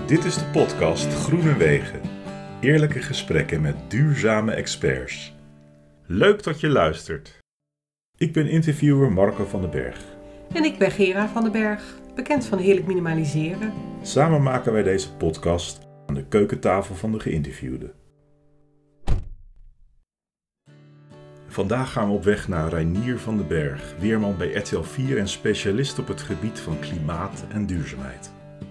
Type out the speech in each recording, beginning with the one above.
Dit is de podcast Groene Wegen. Eerlijke gesprekken met duurzame experts. Leuk dat je luistert. Ik ben interviewer Marco van den Berg. En ik ben Gera van den Berg, bekend van Heerlijk Minimaliseren. Samen maken wij deze podcast aan de keukentafel van de geïnterviewde. Vandaag gaan we op weg naar Reinier van den Berg, weerman bij RTL 4 en specialist op het gebied van klimaat en duurzaamheid.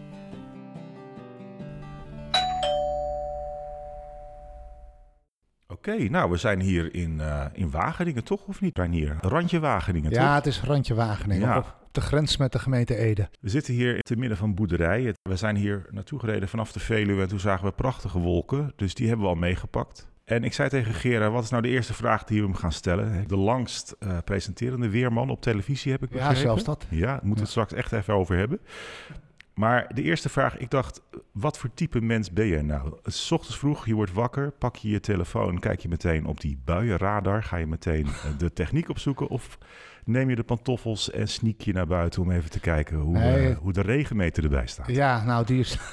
Oké, nou we zijn hier in Wageningen toch, of niet Reinier? Randje Wageningen, toch? Ja, het is randje Wageningen, Ja. op de grens met de gemeente Ede. We zitten hier te midden van boerderij. We zijn hier naartoe gereden vanaf de Veluwe en toen zagen we prachtige wolken. Dus die hebben we al meegepakt. En ik zei tegen Gera, wat is nou de eerste vraag die we hem gaan stellen? De langst presenterende weerman op televisie heb ik begrepen. Ja, zelfs dat. Ja, moeten we het straks echt even over hebben. Maar de eerste vraag, ik dacht, wat voor type mens ben je nou? 's Ochtends vroeg, je wordt wakker, pak je je telefoon, kijk je meteen op die buienradar, ga je meteen de techniek opzoeken of neem je de pantoffels en sneak je naar buiten om even te kijken hoe de regenmeter erbij staat? Ja, nou die is...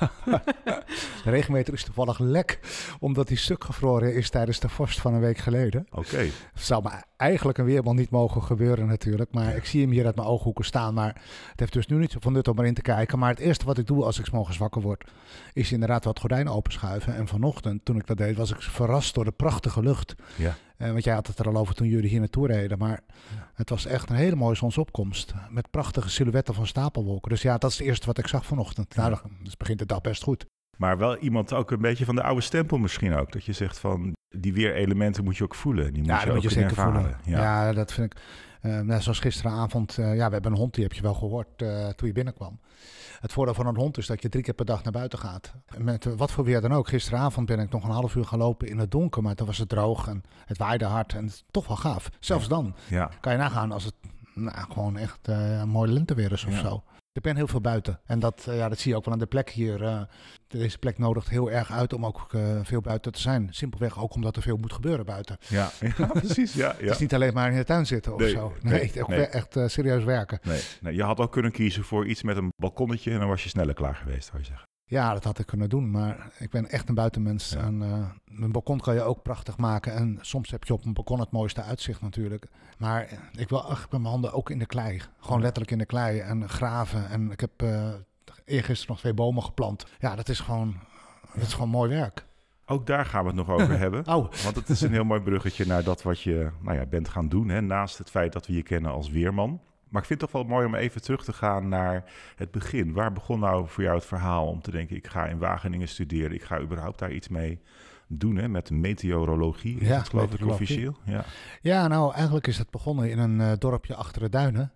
De regenmeter is toevallig lek, omdat die stuk gevroren is tijdens de vorst van een week geleden. Oké. Het zou me eigenlijk een weerman niet mogen gebeuren natuurlijk, maar ik zie hem hier uit mijn ooghoeken staan. Maar het heeft dus nu niet zoveel nut om erin te kijken. Maar het eerste wat ik doe als ik 's morgens wakker word, is inderdaad wat gordijnen openschuiven. En vanochtend, toen ik dat deed, was ik verrast door de prachtige lucht. Ja. Want jij had het er al over toen jullie hier naartoe reden. Maar het was echt een hele mooie zonsopkomst. Met prachtige silhouetten van stapelwolken. Dus ja, dat is het eerste wat ik zag vanochtend. Nou, dus begint de dag best goed. Maar wel iemand ook een beetje van de oude stempel misschien ook. Dat je zegt van, die weerelementen moet je ook voelen. Die moet je ook zeker ervaren. voelen. Ja, dat vind ik... zoals gisteravond, we hebben een hond, die heb je wel gehoord toen je binnenkwam. Het voordeel van een hond is dat je 3 keer per dag naar buiten gaat. Met wat voor weer dan ook. Gisteravond ben ik nog een half uur gaan lopen in het donker, maar toen was het droog en het waaide hard en het is toch wel gaaf. Zelfs dan kan je nagaan als het gewoon echt een mooi lenteweer is of zo. Ik ben heel veel buiten en dat zie je ook wel aan de plek hier. Deze plek nodigt heel erg uit om ook veel buiten te zijn. Simpelweg ook omdat er veel moet gebeuren buiten. Ja, precies. Ja. Het is niet alleen maar in de tuin zitten of zo. Nee, echt serieus werken. Nee, je had ook kunnen kiezen voor iets met een balkonnetje en dan was je sneller klaar geweest, zou je zeggen. Ja, dat had ik kunnen doen, maar ik ben echt een buitenmens. Ja. En mijn balkon kan je ook prachtig maken. En soms heb je op een balkon het mooiste uitzicht natuurlijk. Maar ik wil echt met mijn handen ook in de klei. Gewoon letterlijk in de klei en graven. En ik heb eergisteren nog 2 bomen geplant. Ja, dat is gewoon mooi werk. Ook daar gaan we het nog over hebben. Want het is een heel mooi bruggetje naar dat wat je bent gaan doen. Hè, naast het feit dat we je kennen als weerman. Maar ik vind het toch wel mooi om even terug te gaan naar het begin. Waar begon nou voor jou het verhaal om te denken, ik ga in Wageningen studeren. Ik ga überhaupt daar iets mee doen, hè, met meteorologie. Is dat geloof ik officieel? Ja, nou eigenlijk is het begonnen in een dorpje achter de duinen.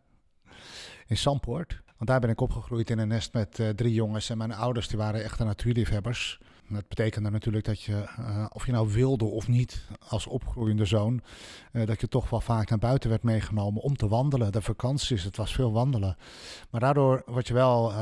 In Sampoort. Want daar ben ik opgegroeid in een nest met 3 jongens. En mijn ouders die waren echte natuurliefhebbers. Dat betekende natuurlijk dat je, of je nou wilde of niet, als opgroeiende zoon, dat je toch wel vaak naar buiten werd meegenomen om te wandelen. De vakanties, het was veel wandelen. Maar daardoor word je wel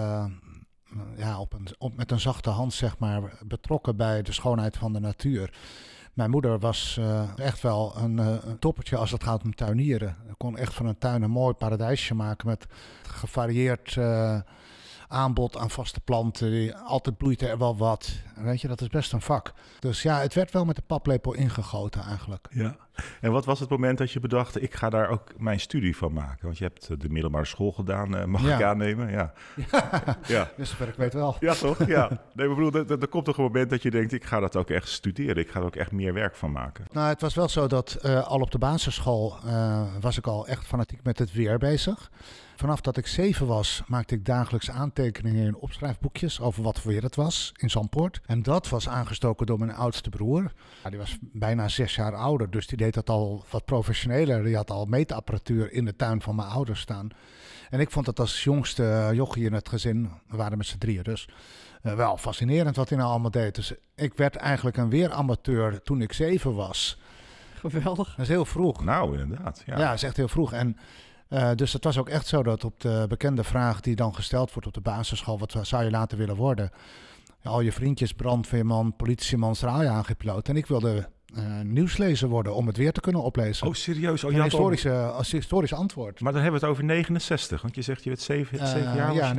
met een zachte hand, zeg maar, betrokken bij de schoonheid van de natuur. Mijn moeder was echt wel een toppertje als het gaat om tuinieren. Ik kon echt van een tuin een mooi paradijsje maken met gevarieerd aanbod aan vaste planten. Altijd bloeit er wel wat. Weet je, dat is best een vak. Dus ja, het werd wel met de paplepel ingegoten eigenlijk. Ja. En wat was het moment dat je bedacht, ik ga daar ook mijn studie van maken? Want je hebt de middelbare school gedaan, mag ik aannemen? Ja. Dus zover ik weet wel. Ja, toch? Ja. Nee, maar bedoel, er komt toch een moment dat je denkt, ik ga dat ook echt studeren. Ik ga er ook echt meer werk van maken. Nou, het was wel zo dat al op de basisschool was ik al echt fanatiek met het weer bezig. Vanaf dat ik 7 was, maakte ik dagelijks aantekeningen in opschrijfboekjes over wat voor weer het was in Zandpoort. En dat was aangestoken door mijn oudste broer. Ja, die was bijna 6 jaar ouder, dus die deed dat al wat professioneler. Die had al meetapparatuur in de tuin van mijn ouders staan. En ik vond het als jongste jochie in het gezin, we waren met z'n 3 dus, wel fascinerend wat hij nou allemaal deed. Dus ik werd eigenlijk een weeramateur toen ik 7 was. Geweldig. Dat is heel vroeg. Nou, inderdaad. Ja, dat is echt heel vroeg. En dus het was ook echt zo dat op de bekende vraag die dan gesteld wordt op de basisschool, wat zou je later willen worden? Al je vriendjes, brandweerman, politieman, straaljagerpiloot. En ik wilde nieuwslezer worden om het weer te kunnen oplezen. Oh, serieus? Oh, als historisch antwoord. Maar dan hebben we het over 69, want je zegt je werd 7 jaar. Ja,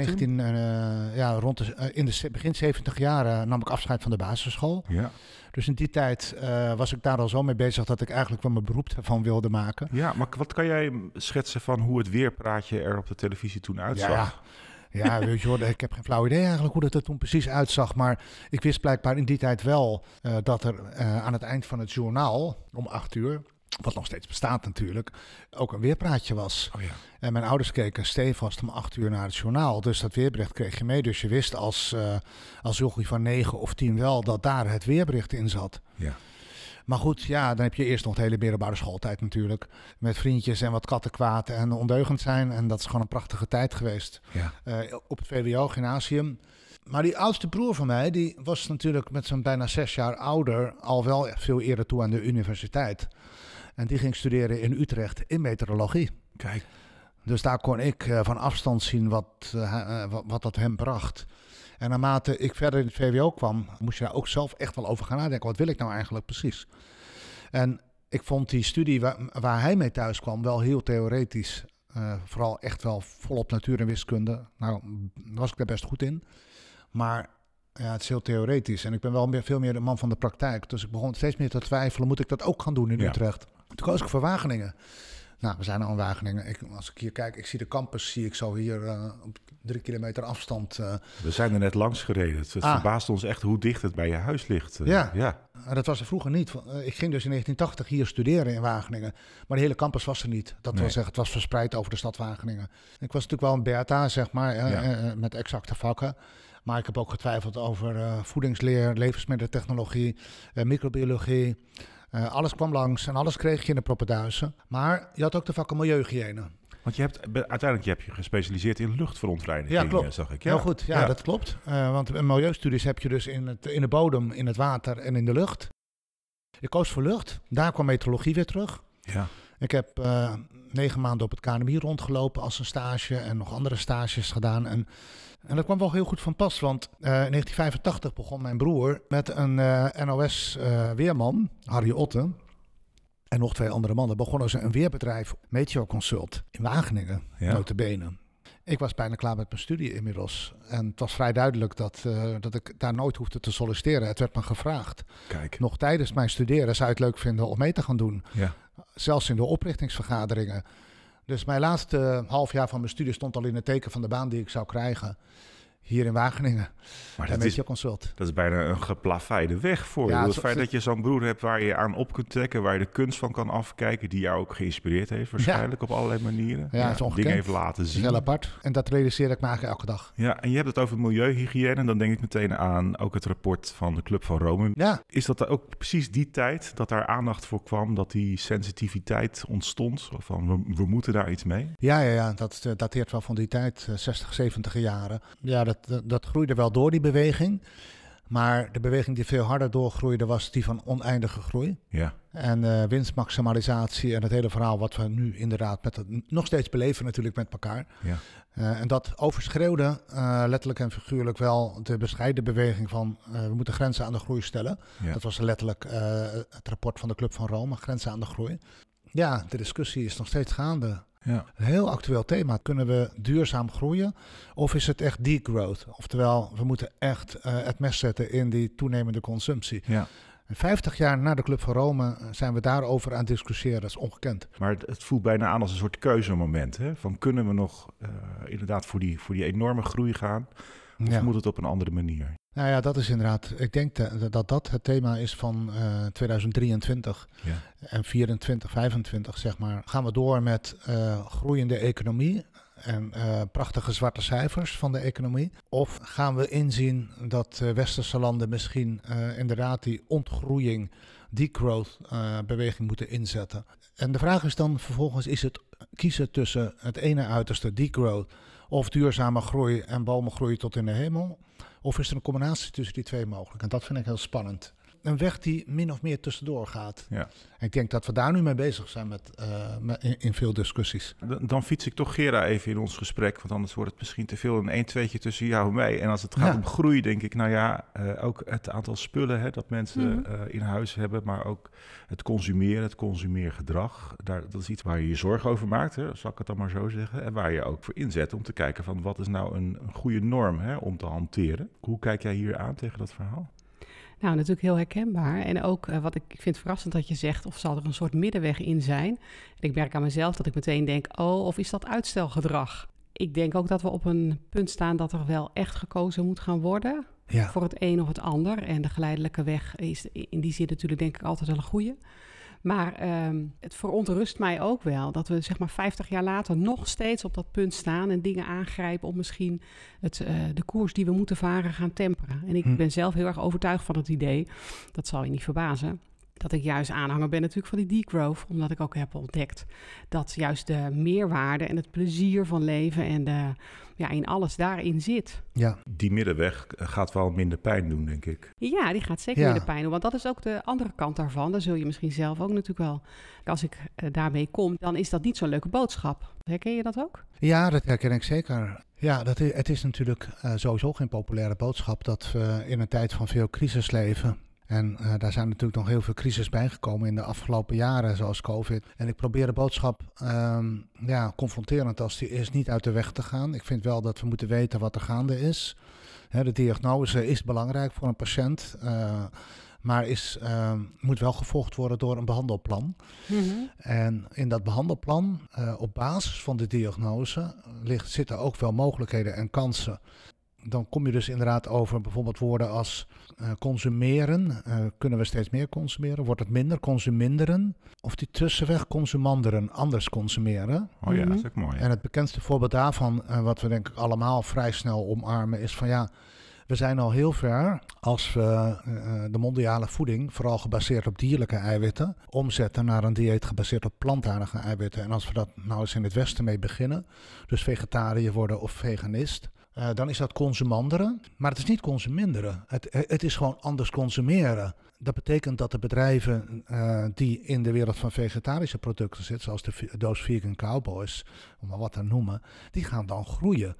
begin 70 jaar nam ik afscheid van de basisschool. Ja. Dus in die tijd was ik daar al zo mee bezig dat ik eigenlijk wel mijn beroep ervan wilde maken. Ja, maar wat kan jij schetsen van hoe het weerpraatje er op de televisie toen uitzag? Ja, weet je hoor, ik heb geen flauw idee eigenlijk hoe dat er toen precies uitzag. Maar ik wist blijkbaar in die tijd wel dat er aan het eind van het journaal om 8 uur... wat nog steeds bestaat natuurlijk, ook een weerpraatje was. Oh ja. En mijn ouders keken stevast om 8 uur naar het journaal. Dus dat weerbericht kreeg je mee. Dus je wist als jochie van 9 of 10 wel dat daar het weerbericht in zat. Ja. Maar goed, ja, dan heb je eerst nog de hele middelbare schooltijd natuurlijk. Met vriendjes en wat kattenkwaad en ondeugend zijn. En dat is gewoon een prachtige tijd geweest. Ja. Op het VWO-gymnasium. Maar die oudste broer van mij, die was natuurlijk met zijn bijna 6 jaar ouder al wel veel eerder toe aan de universiteit. En die ging studeren in Utrecht in meteorologie. Kijk. Dus daar kon ik van afstand zien wat dat hem bracht. En naarmate ik verder in het VWO kwam, moest je daar ook zelf echt wel over gaan nadenken. Wat wil ik nou eigenlijk precies? En ik vond die studie waar hij mee thuis kwam wel heel theoretisch. Vooral echt wel volop natuur en wiskunde. Nou, was ik daar best goed in. Maar ja, het is heel theoretisch. En ik ben wel veel meer de man van de praktijk. Dus ik begon steeds meer te twijfelen, moet ik dat ook gaan doen in Utrecht? Toen koos ik voor Wageningen. Nou, we zijn al in Wageningen. Als ik hier kijk, ik zie de campus, zie ik zo hier op 3 kilometer afstand. We zijn er net langs gereden. Het verbaast ons echt hoe dicht het bij je huis ligt. Ja. Dat was er vroeger niet. Ik ging dus in 1980 hier studeren in Wageningen. Maar de hele campus was er niet. Dat wil zeggen, het was verspreid over de stad Wageningen. Ik was natuurlijk wel een Bertha, zeg maar, met exacte vakken. Maar ik heb ook getwijfeld over voedingsleer, levensmiddeltechnologie, microbiologie. Alles kwam langs en alles kreeg je in de proppenduizen. Maar je had ook de vakken milieuhygiëne. Want je hebt je gespecialiseerd in luchtverontreiniging, ja, klopt. Zag ik. Ja. Heel goed, ja, dat klopt. Want in milieustudies heb je dus in de bodem, in het water en in de lucht. Ik koos voor lucht. Daar kwam meteorologie weer terug. Ja. Ik heb 9 maanden op het KNMI rondgelopen als een stage en nog andere stages gedaan. En dat kwam wel heel goed van pas, want in 1985 begon mijn broer met een NOS-weerman, Harry Otten, en nog 2 andere mannen. Begonnen ze een weerbedrijf, Meteoconsult, in Wageningen, nota bene. Ik was bijna klaar met mijn studie inmiddels. En het was vrij duidelijk dat ik daar nooit hoefde te solliciteren. Het werd me gevraagd. Kijk. Nog tijdens mijn studeren zou je het leuk vinden om mee te gaan doen. Ja. Zelfs in de oprichtingsvergaderingen. Dus mijn laatste half jaar van mijn studie stond al in het teken van de baan die ik zou krijgen. Hier in Wageningen. Maar dat is bijna een geplaveide weg voor je. Het feit dat je zo'n broer hebt waar je aan op kunt trekken, waar je de kunst van kan afkijken, die jou ook geïnspireerd heeft waarschijnlijk op allerlei manieren. Ja, het is ongekend. Dingen even laten zien. Heel apart. En dat realiseer ik me eigenlijk elke dag. Ja, en je hebt het over milieuhygiëne. En dan denk ik meteen aan ook het rapport van de Club van Rome. Ja. Is dat ook precies die tijd dat daar aandacht voor kwam, dat die sensitiviteit ontstond? Van we moeten daar iets mee? Ja, dat dateert wel van die tijd, 60, 70 jaren. Ja, dat groeide wel door, die beweging. Maar de beweging die veel harder doorgroeide was die van oneindige groei. Ja. En winstmaximalisatie en het hele verhaal wat we nu inderdaad nog steeds beleven natuurlijk met elkaar. Ja. En dat overschreeuwde letterlijk en figuurlijk wel de bescheiden beweging van we moeten grenzen aan de groei stellen. Ja. Dat was letterlijk het rapport van de Club van Rome, grenzen aan de groei. Ja, de discussie is nog steeds gaande. Ja. Een heel actueel thema. Kunnen we duurzaam groeien of is het echt degrowth? Oftewel, we moeten echt het mes zetten in die toenemende consumptie. Ja. En 50 jaar na de Club van Rome zijn we daarover aan het discussiëren. Dat is ongekend. Maar het voelt bijna aan als een soort keuzemoment. Hè? Van kunnen we nog inderdaad voor die enorme groei gaan? Of moet het op een andere manier? Nou ja, dat is inderdaad. Ik denk dat het thema is van 2023 en 24, 25 zeg maar. Gaan we door met groeiende economie en prachtige zwarte cijfers van de economie? Of gaan we inzien dat westerse landen misschien inderdaad die ontgroeiing, degrowth beweging moeten inzetten? En de vraag is dan vervolgens, is het kiezen tussen het ene uiterste, degrowth, of duurzame groei en bomen groeien tot in de hemel? Of is er een combinatie tussen die twee mogelijk? En dat vind ik heel spannend. een weg die min of meer tussendoor gaat. Ja. En ik denk dat we daar nu mee bezig zijn in veel discussies. Dan fiets ik toch Gera even in ons gesprek, want anders wordt het misschien te veel een 1-2'tje tussen jou en mij. En als het gaat om groei, denk ik, ook het aantal spullen dat mensen in huis hebben, maar ook het consumeren, het consumeergedrag. Dat is iets waar je je zorgen over maakt, zal ik het dan maar zo zeggen. En waar je ook voor inzet om te kijken van wat is nou een goede norm om te hanteren. Hoe kijk jij hier aan tegen dat verhaal? Nou, natuurlijk heel herkenbaar. En ook wat ik vind verrassend dat je zegt, of zal er een soort middenweg in zijn? En ik merk aan mezelf dat ik meteen denk, of is dat uitstelgedrag? Ik denk ook dat we op een punt staan dat er wel echt gekozen moet gaan worden voor het een of het ander. En de geleidelijke weg is in die zin natuurlijk denk ik altijd wel een goede. Maar het verontrust mij ook wel dat we zeg maar 50 jaar later nog steeds op dat punt staan en dingen aangrijpen om misschien de koers die we moeten varen gaan temperen. En ik ben zelf heel erg overtuigd van het idee, dat zal je niet verbazen, dat ik juist aanhanger ben natuurlijk van die degrowth, omdat ik ook heb ontdekt dat juist de meerwaarde en het plezier van leven en in alles daarin zit. Ja. Die middenweg gaat wel minder pijn doen, denk ik. Ja, die gaat zeker minder pijn doen, want dat is ook de andere kant daarvan. Daar zul je misschien zelf ook natuurlijk wel, als ik daarmee kom, dan is dat niet zo'n leuke boodschap. Herken je dat ook? Ja, dat herken ik zeker. Ja, het is natuurlijk sowieso geen populaire boodschap dat we in een tijd van veel crisis leven. En daar zijn natuurlijk nog heel veel crisis bijgekomen in de afgelopen jaren, zoals COVID. En ik probeer de boodschap, confronterend als die is, niet uit de weg te gaan. Ik vind wel dat we moeten weten wat er gaande is. De diagnose is belangrijk voor een patiënt, maar moet wel gevolgd worden door een behandelplan. Mm-hmm. En in dat behandelplan, op basis van de diagnose, zitten ook wel mogelijkheden en kansen. Dan kom je dus inderdaad over bijvoorbeeld woorden als consumeren. Kunnen we steeds meer consumeren? Wordt het minder? Consuminderen? Of die tussenweg consumanderen, anders consumeren? Oh ja, dat is ook mooi. En het bekendste voorbeeld daarvan, wat we denk ik allemaal vrij snel omarmen, is van we zijn al heel ver als we de mondiale voeding, vooral gebaseerd op dierlijke eiwitten, omzetten naar een dieet gebaseerd op plantaardige eiwitten. En als we dat nou eens in het Westen mee beginnen, dus vegetariër worden of veganist, dan is dat consumanderen, maar het is niet consuminderen. Het is gewoon anders consumeren. Dat betekent dat de bedrijven die in de wereld van vegetarische producten zitten, zoals de Those Vegan Cowboys, om maar wat te noemen, die gaan dan groeien.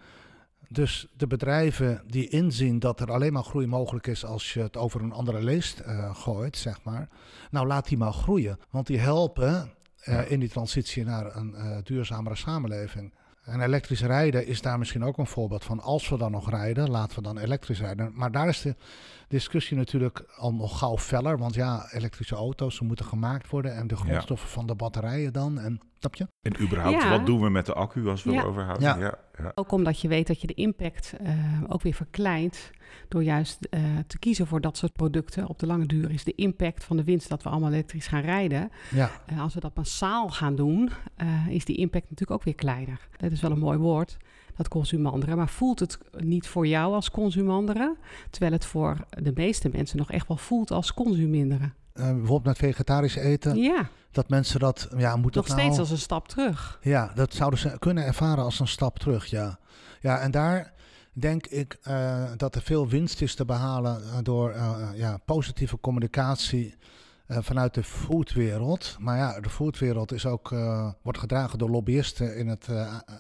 Dus de bedrijven die inzien dat er alleen maar groei mogelijk is als je het over een andere leest gooit, zeg maar. Nou, laat die maar groeien, want die helpen in die transitie naar een duurzamere samenleving. En elektrisch rijden is daar misschien ook een voorbeeld van. Als we dan nog rijden, laten we dan elektrisch rijden. Maar daar is de discussie natuurlijk al nog gauw feller. Want elektrische auto's moeten gemaakt worden. En de grondstoffen van de batterijen dan. En, snap je? En überhaupt, wat doen we met de accu als we erover houden? Ja. Ook omdat je weet dat je de impact ook weer verkleint. Door juist te kiezen voor dat soort producten. Op de lange duur is de impact van de winst dat we allemaal elektrisch gaan rijden. Ja. Als we dat massaal gaan doen, is die impact natuurlijk ook weer kleiner. Dat is wel een mooi woord, dat consumanderen. Maar voelt het niet voor jou als consumanderen? Terwijl het voor de meeste mensen nog echt wel voelt als consuminderen. Bijvoorbeeld met vegetarisch eten. Ja. Dat mensen dat, moet nog steeds als een stap terug. Ja, dat zouden ze kunnen ervaren als een stap terug, ja. Ja, en daar denk ik dat er veel winst is te behalen door positieve communicatie vanuit de foodwereld. Maar de foodwereld is ook, wordt gedragen door lobbyisten in het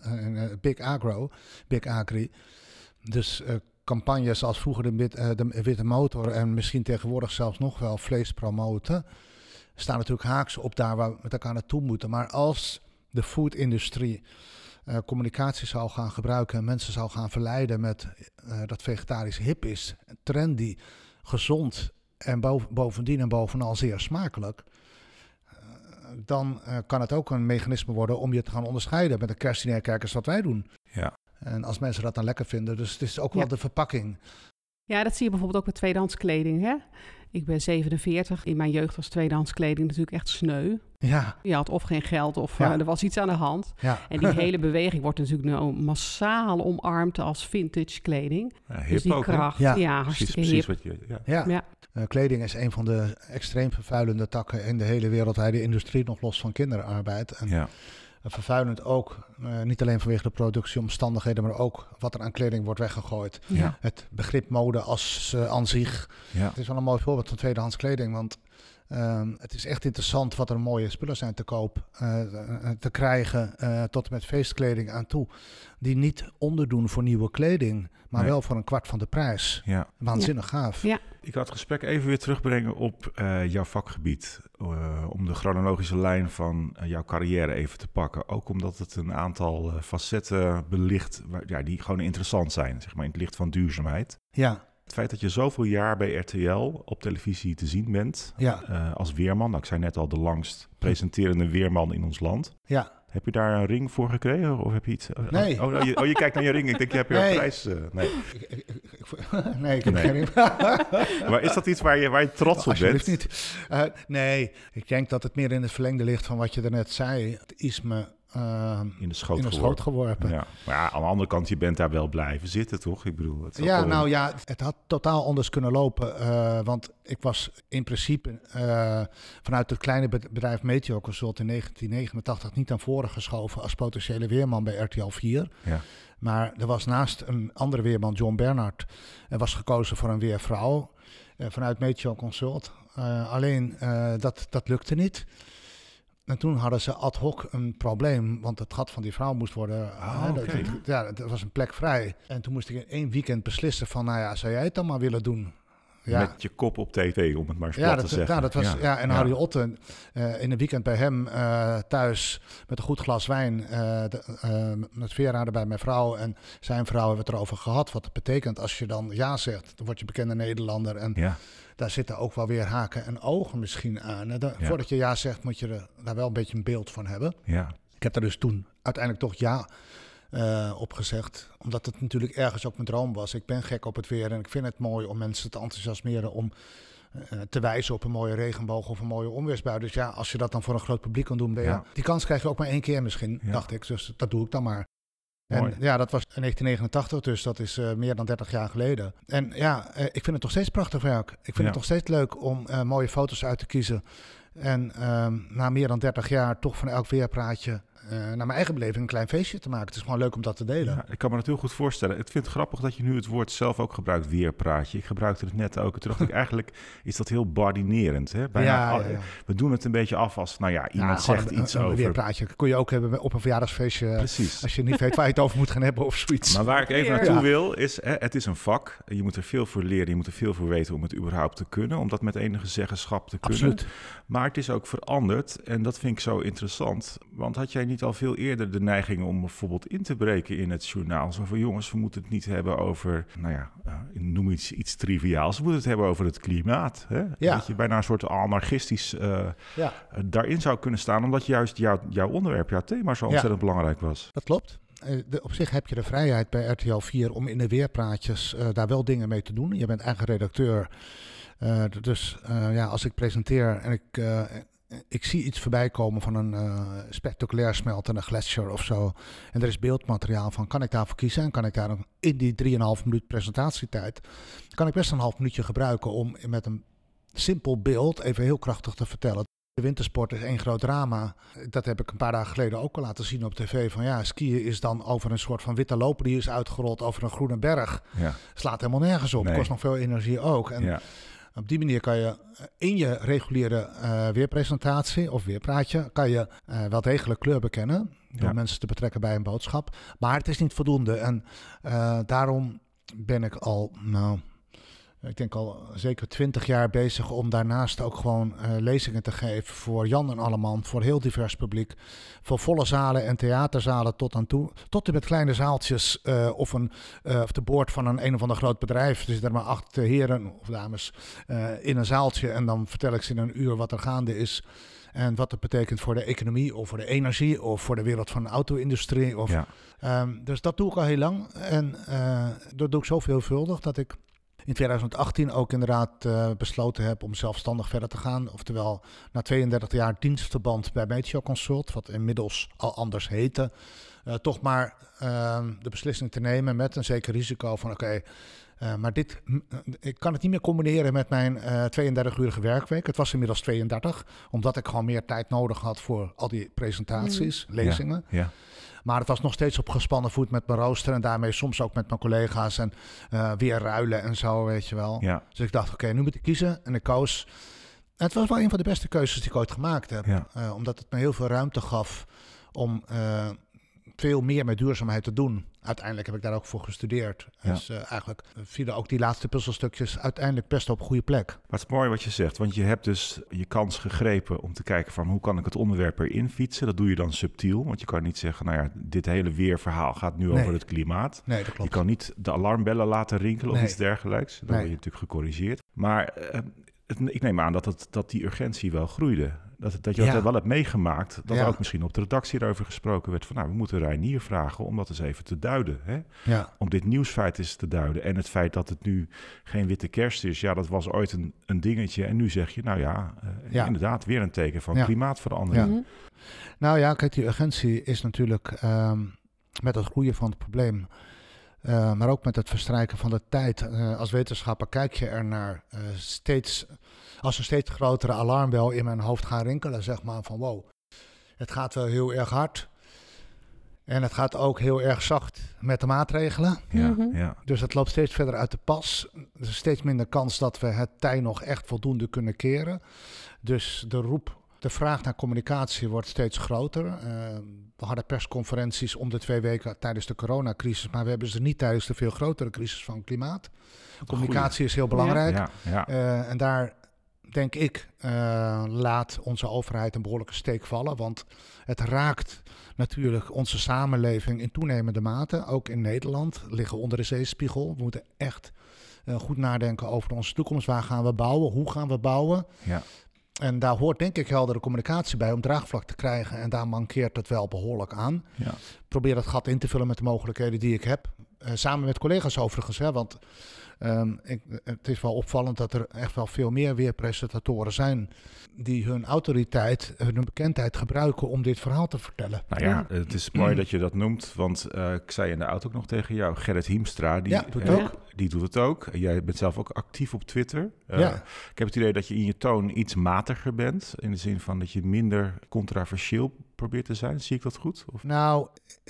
Big Agri. Dus campagnes als vroeger de witte motor en misschien tegenwoordig zelfs nog wel vlees promoten, staan natuurlijk haaks op daar waar we met elkaar naartoe moeten. Maar als de foodindustrie communicatie zou gaan gebruiken en mensen zou gaan verleiden met dat vegetarisch hip is, trendy, gezond en bovendien en bovenal zeer smakelijk, dan kan het ook een mechanisme worden om je te gaan onderscheiden met een kerstdiner. Kijk eens wat wij doen. Ja. En als mensen dat dan lekker vinden, dus het is ook wel de verpakking. Ja, dat zie je bijvoorbeeld ook met tweedehands kleding, hè? Ik ben 47. In mijn jeugd was tweedehands kleding natuurlijk echt sneu. Ja. Je had of geen geld of er was iets aan de hand. Ja. En die hele beweging wordt natuurlijk nu massaal omarmd als vintage kleding. Ja, hip dus die ook, kracht, hartstikke precies hip. Wat je, kleding is een van de extreem vervuilende takken in de hele wereldwijde industrie, nog los van kinderarbeid. En vervuilend ook. Niet alleen vanwege de productieomstandigheden, maar ook wat er aan kleding wordt weggegooid. Ja. Het begrip mode als aan zich. Ja. Het is wel een mooi voorbeeld van tweedehands kleding, want het is echt interessant wat er mooie spullen zijn te koop, te krijgen, tot en met feestkleding aan toe. Die niet onderdoen voor nieuwe kleding, maar wel voor een kwart van de prijs. Ja. Waanzinnig gaaf. Ja. Ik had het gesprek even weer terugbrengen op jouw vakgebied. Om de chronologische lijn van jouw carrière even te pakken. Ook omdat het een aantal facetten belicht die gewoon interessant zijn, zeg maar, in het licht van duurzaamheid. Ja. Het feit dat je zoveel jaar bij RTL op televisie te zien bent als weerman. Nou, ik zei net al, de langst presenterende weerman in ons land. Ja. Heb je daar een ring voor gekregen? Of heb je iets? Nee. Je kijkt naar je ring. Ik denk, je hebt een prijs. Nee. Nee, ik heb geen ring. Maar is dat iets waar je trots op bent? Niet. Nee, ik denk dat het meer in het verlengde ligt van wat je daarnet zei. Het is me in de schoot geworpen. Ja. Maar aan de andere kant, je bent daar wel blijven zitten, toch? Ik bedoel, het had totaal anders kunnen lopen. Want ik was in principe vanuit het kleine bedrijf Meteo Consult in 1989 niet naar voren geschoven als potentiële weerman bij RTL 4. Ja. Maar er was naast een andere weerman, John Bernhard, was gekozen voor een weervrouw vanuit Meteo Consult. Alleen dat lukte niet. En toen hadden ze ad hoc een probleem, want het gat van die vrouw moest worden... er was een plek vrij. En toen moest ik in 1 weekend beslissen van, zou jij het dan maar willen doen? Ja. Met je kop op tv, om het maar eens plat te zeggen. Ja, dat was, en Harry Otten in een weekend bij hem thuis met een goed glas wijn. Met Vera bij mijn vrouw en zijn vrouw hebben we het erover gehad. Wat het betekent als je dan ja zegt, dan word je bekende Nederlander. En daar zitten ook wel weer haken en ogen misschien aan. Voordat je ja zegt, moet je daar wel een beetje een beeld van hebben. Ja. Ik heb daar dus toen uiteindelijk toch ja opgezegd. Omdat het natuurlijk ergens ook mijn droom was. Ik ben gek op het weer en ik vind het mooi om mensen te enthousiasmeren om te wijzen op een mooie regenboog of een mooie onweersbui. Dus als je dat dan voor een groot publiek kan doen, die kans krijg je ook maar 1 keer misschien, dacht ik. Dus dat doe ik dan maar. Mooi. En dat was in 1989, dus dat is meer dan 30 jaar geleden. En ik vind het nog steeds prachtig werk. Ik vind het nog steeds leuk om mooie foto's uit te kiezen. En na meer dan 30 jaar toch van elk weerpraatje naar mijn eigen beleving een klein feestje te maken. Het is gewoon leuk om dat te delen. Ja, ik kan me dat heel goed voorstellen. Ik vind het grappig dat je nu het woord zelf ook gebruikt, weerpraatje. Ik gebruikte het net ook. Toen dacht ik, eigenlijk is dat heel badinerend. Hè? We doen het een beetje af als, iemand zegt iets over... Een weerpraatje kon je ook hebben op een verjaardagsfeestje. Precies. Als je niet weet waar je het over moet gaan hebben of zoiets. Maar waar ik even naartoe wil is, het is een vak. Je moet er veel voor leren. Je moet er veel voor weten om het überhaupt te kunnen. Om dat met enige zeggenschap te kunnen. Absoluut. Maar het is ook veranderd. En dat vind ik zo interessant. Want had jij niet al veel eerder de neiging om bijvoorbeeld in te breken in het journaal? Zo van, jongens, we moeten het niet hebben over, noem iets triviaals. We moeten het hebben over het klimaat. Hè? Ja. Dat je bijna een soort anarchistisch daarin zou kunnen staan, omdat juist jouw onderwerp, jouw thema zo ontzettend belangrijk was. Dat klopt. Op zich heb je de vrijheid bij RTL 4 om in de weerpraatjes daar wel dingen mee te doen. Je bent eigen redacteur. Als ik presenteer en ik zie iets voorbij komen van een spectaculair smeltende gletsjer of zo. En er is beeldmateriaal van, kan ik daarvoor kiezen? En kan ik daar in die 3,5 minuut presentatietijd, kan ik best een half minuutje gebruiken om met een simpel beeld even heel krachtig te vertellen. De wintersport is 1 groot drama. Dat heb ik een paar dagen geleden ook al laten zien op tv. Van skiën is dan over een soort van witte loper die is uitgerold over een groene berg. Ja. Slaat helemaal nergens op. Nee. Kost nog veel energie ook. En op die manier kan je in je reguliere weerpresentatie of weerpraatje kan je wel degelijk kleur bekennen. Door mensen te betrekken bij een boodschap. Maar het is niet voldoende. En daarom ben ik al, ik denk al zeker 20 jaar bezig om daarnaast ook gewoon lezingen te geven voor Jan en Alleman, voor heel divers publiek, voor volle zalen en theaterzalen tot aan toe, tot en met kleine zaaltjes of de boord van een of ander groot bedrijf. Er zitten er maar 8 heren of dames in een zaaltje en dan vertel ik ze in een uur wat er gaande is en wat het betekent voor de economie of voor de energie of voor de wereld van de auto-industrie. Dus dat doe ik al heel lang en dat doe ik zo veelvuldig dat ik in 2018 ook inderdaad besloten heb om zelfstandig verder te gaan. Oftewel, na 32 jaar dienstverband bij Meteo Consult, wat inmiddels al anders heette, toch maar de beslissing te nemen met een zeker risico van Maar ik kan het niet meer combineren met mijn 32-urige werkweek. Het was inmiddels 32, omdat ik gewoon meer tijd nodig had voor al die presentaties, lezingen. Ja. Maar het was nog steeds op gespannen voet met mijn rooster en daarmee soms ook met mijn collega's en weer ruilen en zo, weet je wel. Ja. Dus ik dacht, oké, nu moet ik kiezen. En ik koos. En het was wel een van de beste keuzes die ik ooit gemaakt heb. Ja. Omdat het me heel veel ruimte gaf om veel meer met duurzaamheid te doen. Uiteindelijk heb ik daar ook voor gestudeerd. Ja. Dus eigenlijk vielen ook die laatste puzzelstukjes uiteindelijk best op een goede plek. Maar het is mooi wat je zegt, want je hebt dus je kans gegrepen om te kijken van hoe kan ik het onderwerp erin fietsen. Dat doe je dan subtiel, want je kan niet zeggen, nou ja, dit hele weerverhaal gaat nu over het klimaat. Nee, dat klopt. Je kan niet de alarmbellen laten rinkelen of iets dergelijks. Dan word je natuurlijk gecorrigeerd. Maar ik neem aan dat die urgentie wel groeide. Dat je dat wel hebt meegemaakt. Dat er ook misschien op de redactie erover gesproken werd van, nou, we moeten Reinier vragen om dat eens even te duiden. Hè? Ja. Om dit nieuwsfeit eens te duiden. En het feit dat het nu geen witte kerst is, ja, dat was ooit een dingetje. En nu zeg je, nou ja, inderdaad, weer een teken van klimaatverandering. Ja. Nou ja, kijk, die urgentie is natuurlijk met het groeien van het probleem, maar ook met het verstrijken van de tijd. Als wetenschapper kijk je ernaar als een steeds grotere alarmbel in mijn hoofd gaan rinkelen, zeg maar van wow, het gaat wel heel erg hard. En het gaat ook heel erg zacht met de maatregelen. Ja. Dus het loopt steeds verder uit de pas. Er is steeds minder kans dat we het tij nog echt voldoende kunnen keren. Dus de vraag naar communicatie wordt steeds groter. We hadden persconferenties om de 2 weken tijdens de coronacrisis, maar we hebben ze niet tijdens de veel grotere crisis van klimaat. Communicatie is heel belangrijk. Ja. En daar denk ik, laat onze overheid een behoorlijke steek vallen. Want het raakt natuurlijk onze samenleving in toenemende mate. Ook in Nederland liggen we onder de zeespiegel. We moeten echt goed nadenken over onze toekomst. Waar gaan we bouwen? Hoe gaan we bouwen? Ja. En daar hoort denk ik heldere communicatie bij om draagvlak te krijgen. En daar mankeert het wel behoorlijk aan. Ja. Probeer dat gat in te vullen met de mogelijkheden die ik heb. Samen met collega's overigens, hè, want het is wel opvallend dat er echt wel veel meer weerpresentatoren zijn die hun autoriteit, hun bekendheid gebruiken om dit verhaal te vertellen. Nou ja, het is mooi dat je dat noemt, want ik zei in de auto ook nog tegen jou, Gerrit Hiemstra, die doet het ook. Jij bent zelf ook actief op Twitter. Ik heb het idee dat je in je toon iets matiger bent, in de zin van dat je minder controversieel probeert te zijn. Zie ik dat goed? Of? Nou,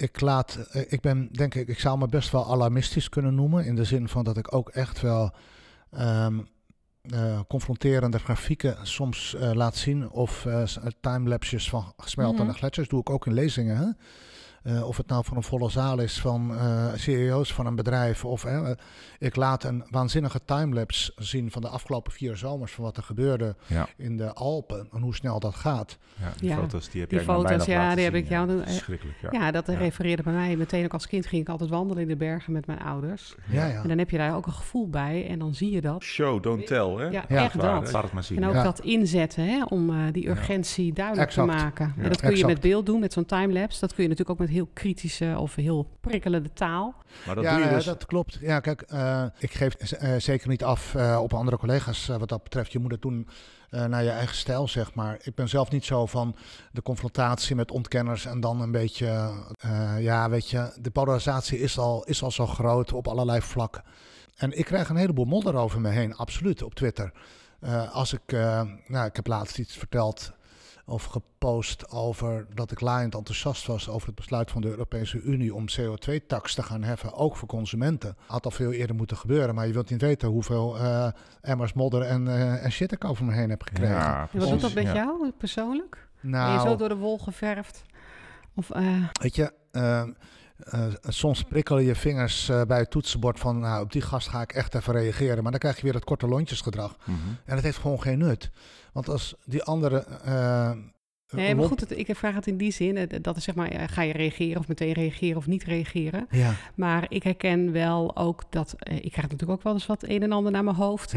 ik zou me best wel alarmistisch kunnen noemen, in de zin van dat ik ook echt wel confronterende grafieken soms laat zien of timelapses van gesmeltende gletsjers. Doe ik ook in lezingen, hè? Of het nou voor een volle zaal is van CEO's van een bedrijf. Of ik laat een waanzinnige timelapse zien van de afgelopen 4 zomers. Van wat er gebeurde in de Alpen. En hoe snel dat gaat. Ja, die foto's die heb jij die heb ik jou. Schrikkelijk. Dat refereerde bij mij. Meteen ook als kind ging ik altijd wandelen in de bergen met mijn ouders. Ja. En dan heb je daar ook een gevoel bij. En dan zie je dat. Show, don't tell. Hè? Ja, echt dat. Laat het maar zien. En ook dat inzetten, hè, om die urgentie duidelijk te maken. En dat kun je met beeld doen, met zo'n timelapse. Dat kun je natuurlijk ook met heel kritische of heel prikkelende taal. Maar dat doe je dus... dat klopt. Ja, kijk, ik geef zeker niet af op andere collega's wat dat betreft. Je moet het doen naar je eigen stijl, zeg maar. Ik ben zelf niet zo van de confrontatie met ontkenners en dan een beetje... weet je, de polarisatie is al zo groot op allerlei vlakken. En ik krijg een heleboel modder over me heen, absoluut, op Twitter. Ik heb laatst iets verteld of gepost over dat ik laaiend enthousiast was over het besluit van de Europese Unie om CO2-tax te gaan heffen, ook voor consumenten. Had al veel eerder moeten gebeuren, maar je wilt niet weten hoeveel emmers modder en shit ik over me heen heb gekregen. Ja, wat doet dat met jou persoonlijk? Ben je zo door de wol geverfd? Weet je, soms prikkelen je vingers bij het toetsenbord van, nou, op die gast ga ik echt even reageren. Maar dan krijg je weer het korte lontjesgedrag. Mm-hmm. En dat heeft gewoon geen nut. Want als die andere... nee, maar goed, ik vraag het in die zin. Dat is zeg maar, ga je reageren of meteen reageren of niet reageren? Ja. Maar ik herken wel ook dat... ik krijg natuurlijk ook wel eens wat een en ander naar mijn hoofd.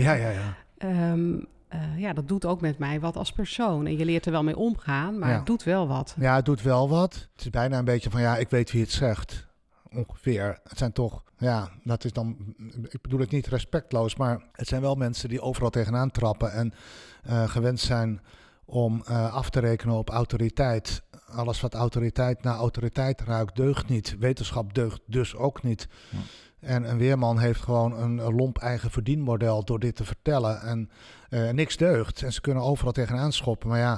Ja. Dat doet ook met mij wat als persoon. En je leert er wel mee omgaan, maar het doet wel wat. Ja, het doet wel wat. Het is bijna een beetje van, ik weet wie het zegt. Ongeveer. Het zijn toch, dat is dan... Ik bedoel het niet respectloos, maar het zijn wel mensen die overal tegenaan trappen en gewend zijn om af te rekenen op autoriteit. Alles wat autoriteit naar autoriteit ruikt, deugt niet. Wetenschap deugt dus ook niet. Ja. En een weerman heeft gewoon een lomp eigen verdienmodel door dit te vertellen. En niks deugt. En ze kunnen overal tegenaan schoppen. Maar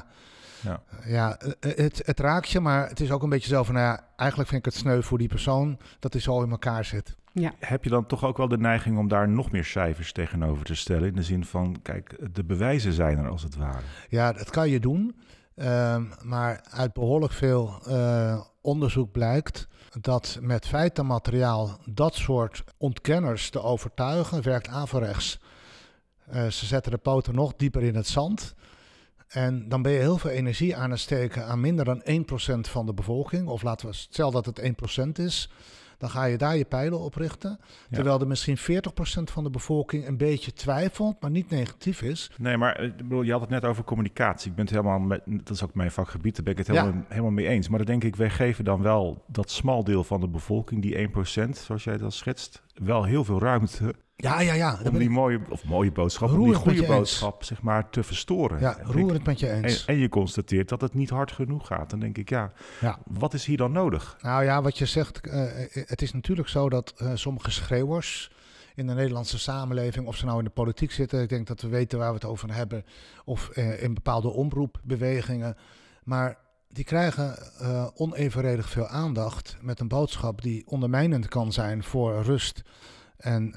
het raakt je. Maar het is ook een beetje zo van, eigenlijk vind ik het sneu voor die persoon dat hij zo in elkaar zit. Ja. Heb je dan toch ook wel de neiging om daar nog meer cijfers tegenover te stellen? In de zin van, kijk, de bewijzen zijn er als het ware. Ja, dat kan je doen. Maar uit behoorlijk veel onderzoek blijkt dat met feitenmateriaal dat soort ontkenners te overtuigen, werkt averechts. Ze zetten de poten nog dieper in het zand. En dan ben je heel veel energie aan het steken aan minder dan 1% van de bevolking. Of laten we stellen dat het 1% is. Dan ga je daar je pijlen op richten. Ja. Terwijl er misschien 40% van de bevolking een beetje twijfelt, maar niet negatief is. Nee, maar je had het net over communicatie. Ik ben het helemaal dat is ook mijn vakgebied, daar ben ik het helemaal mee eens. Maar dan denk ik, wij geven dan wel dat smal deel van de bevolking, die 1%, zoals jij dat schetst, wel heel veel ruimte. Ja. Om die mooie boodschap, om die goede boodschap, zeg maar, te verstoren. Ja, roer het met je eens. En je constateert dat het niet hard genoeg gaat. Dan denk ik, wat is hier dan nodig? Nou ja, wat je zegt, het is natuurlijk zo dat sommige schreeuwers in de Nederlandse samenleving, of ze nou in de politiek zitten, ik denk dat we weten waar we het over hebben, of in bepaalde omroepbewegingen, maar die krijgen onevenredig veel aandacht met een boodschap die ondermijnend kan zijn voor rust en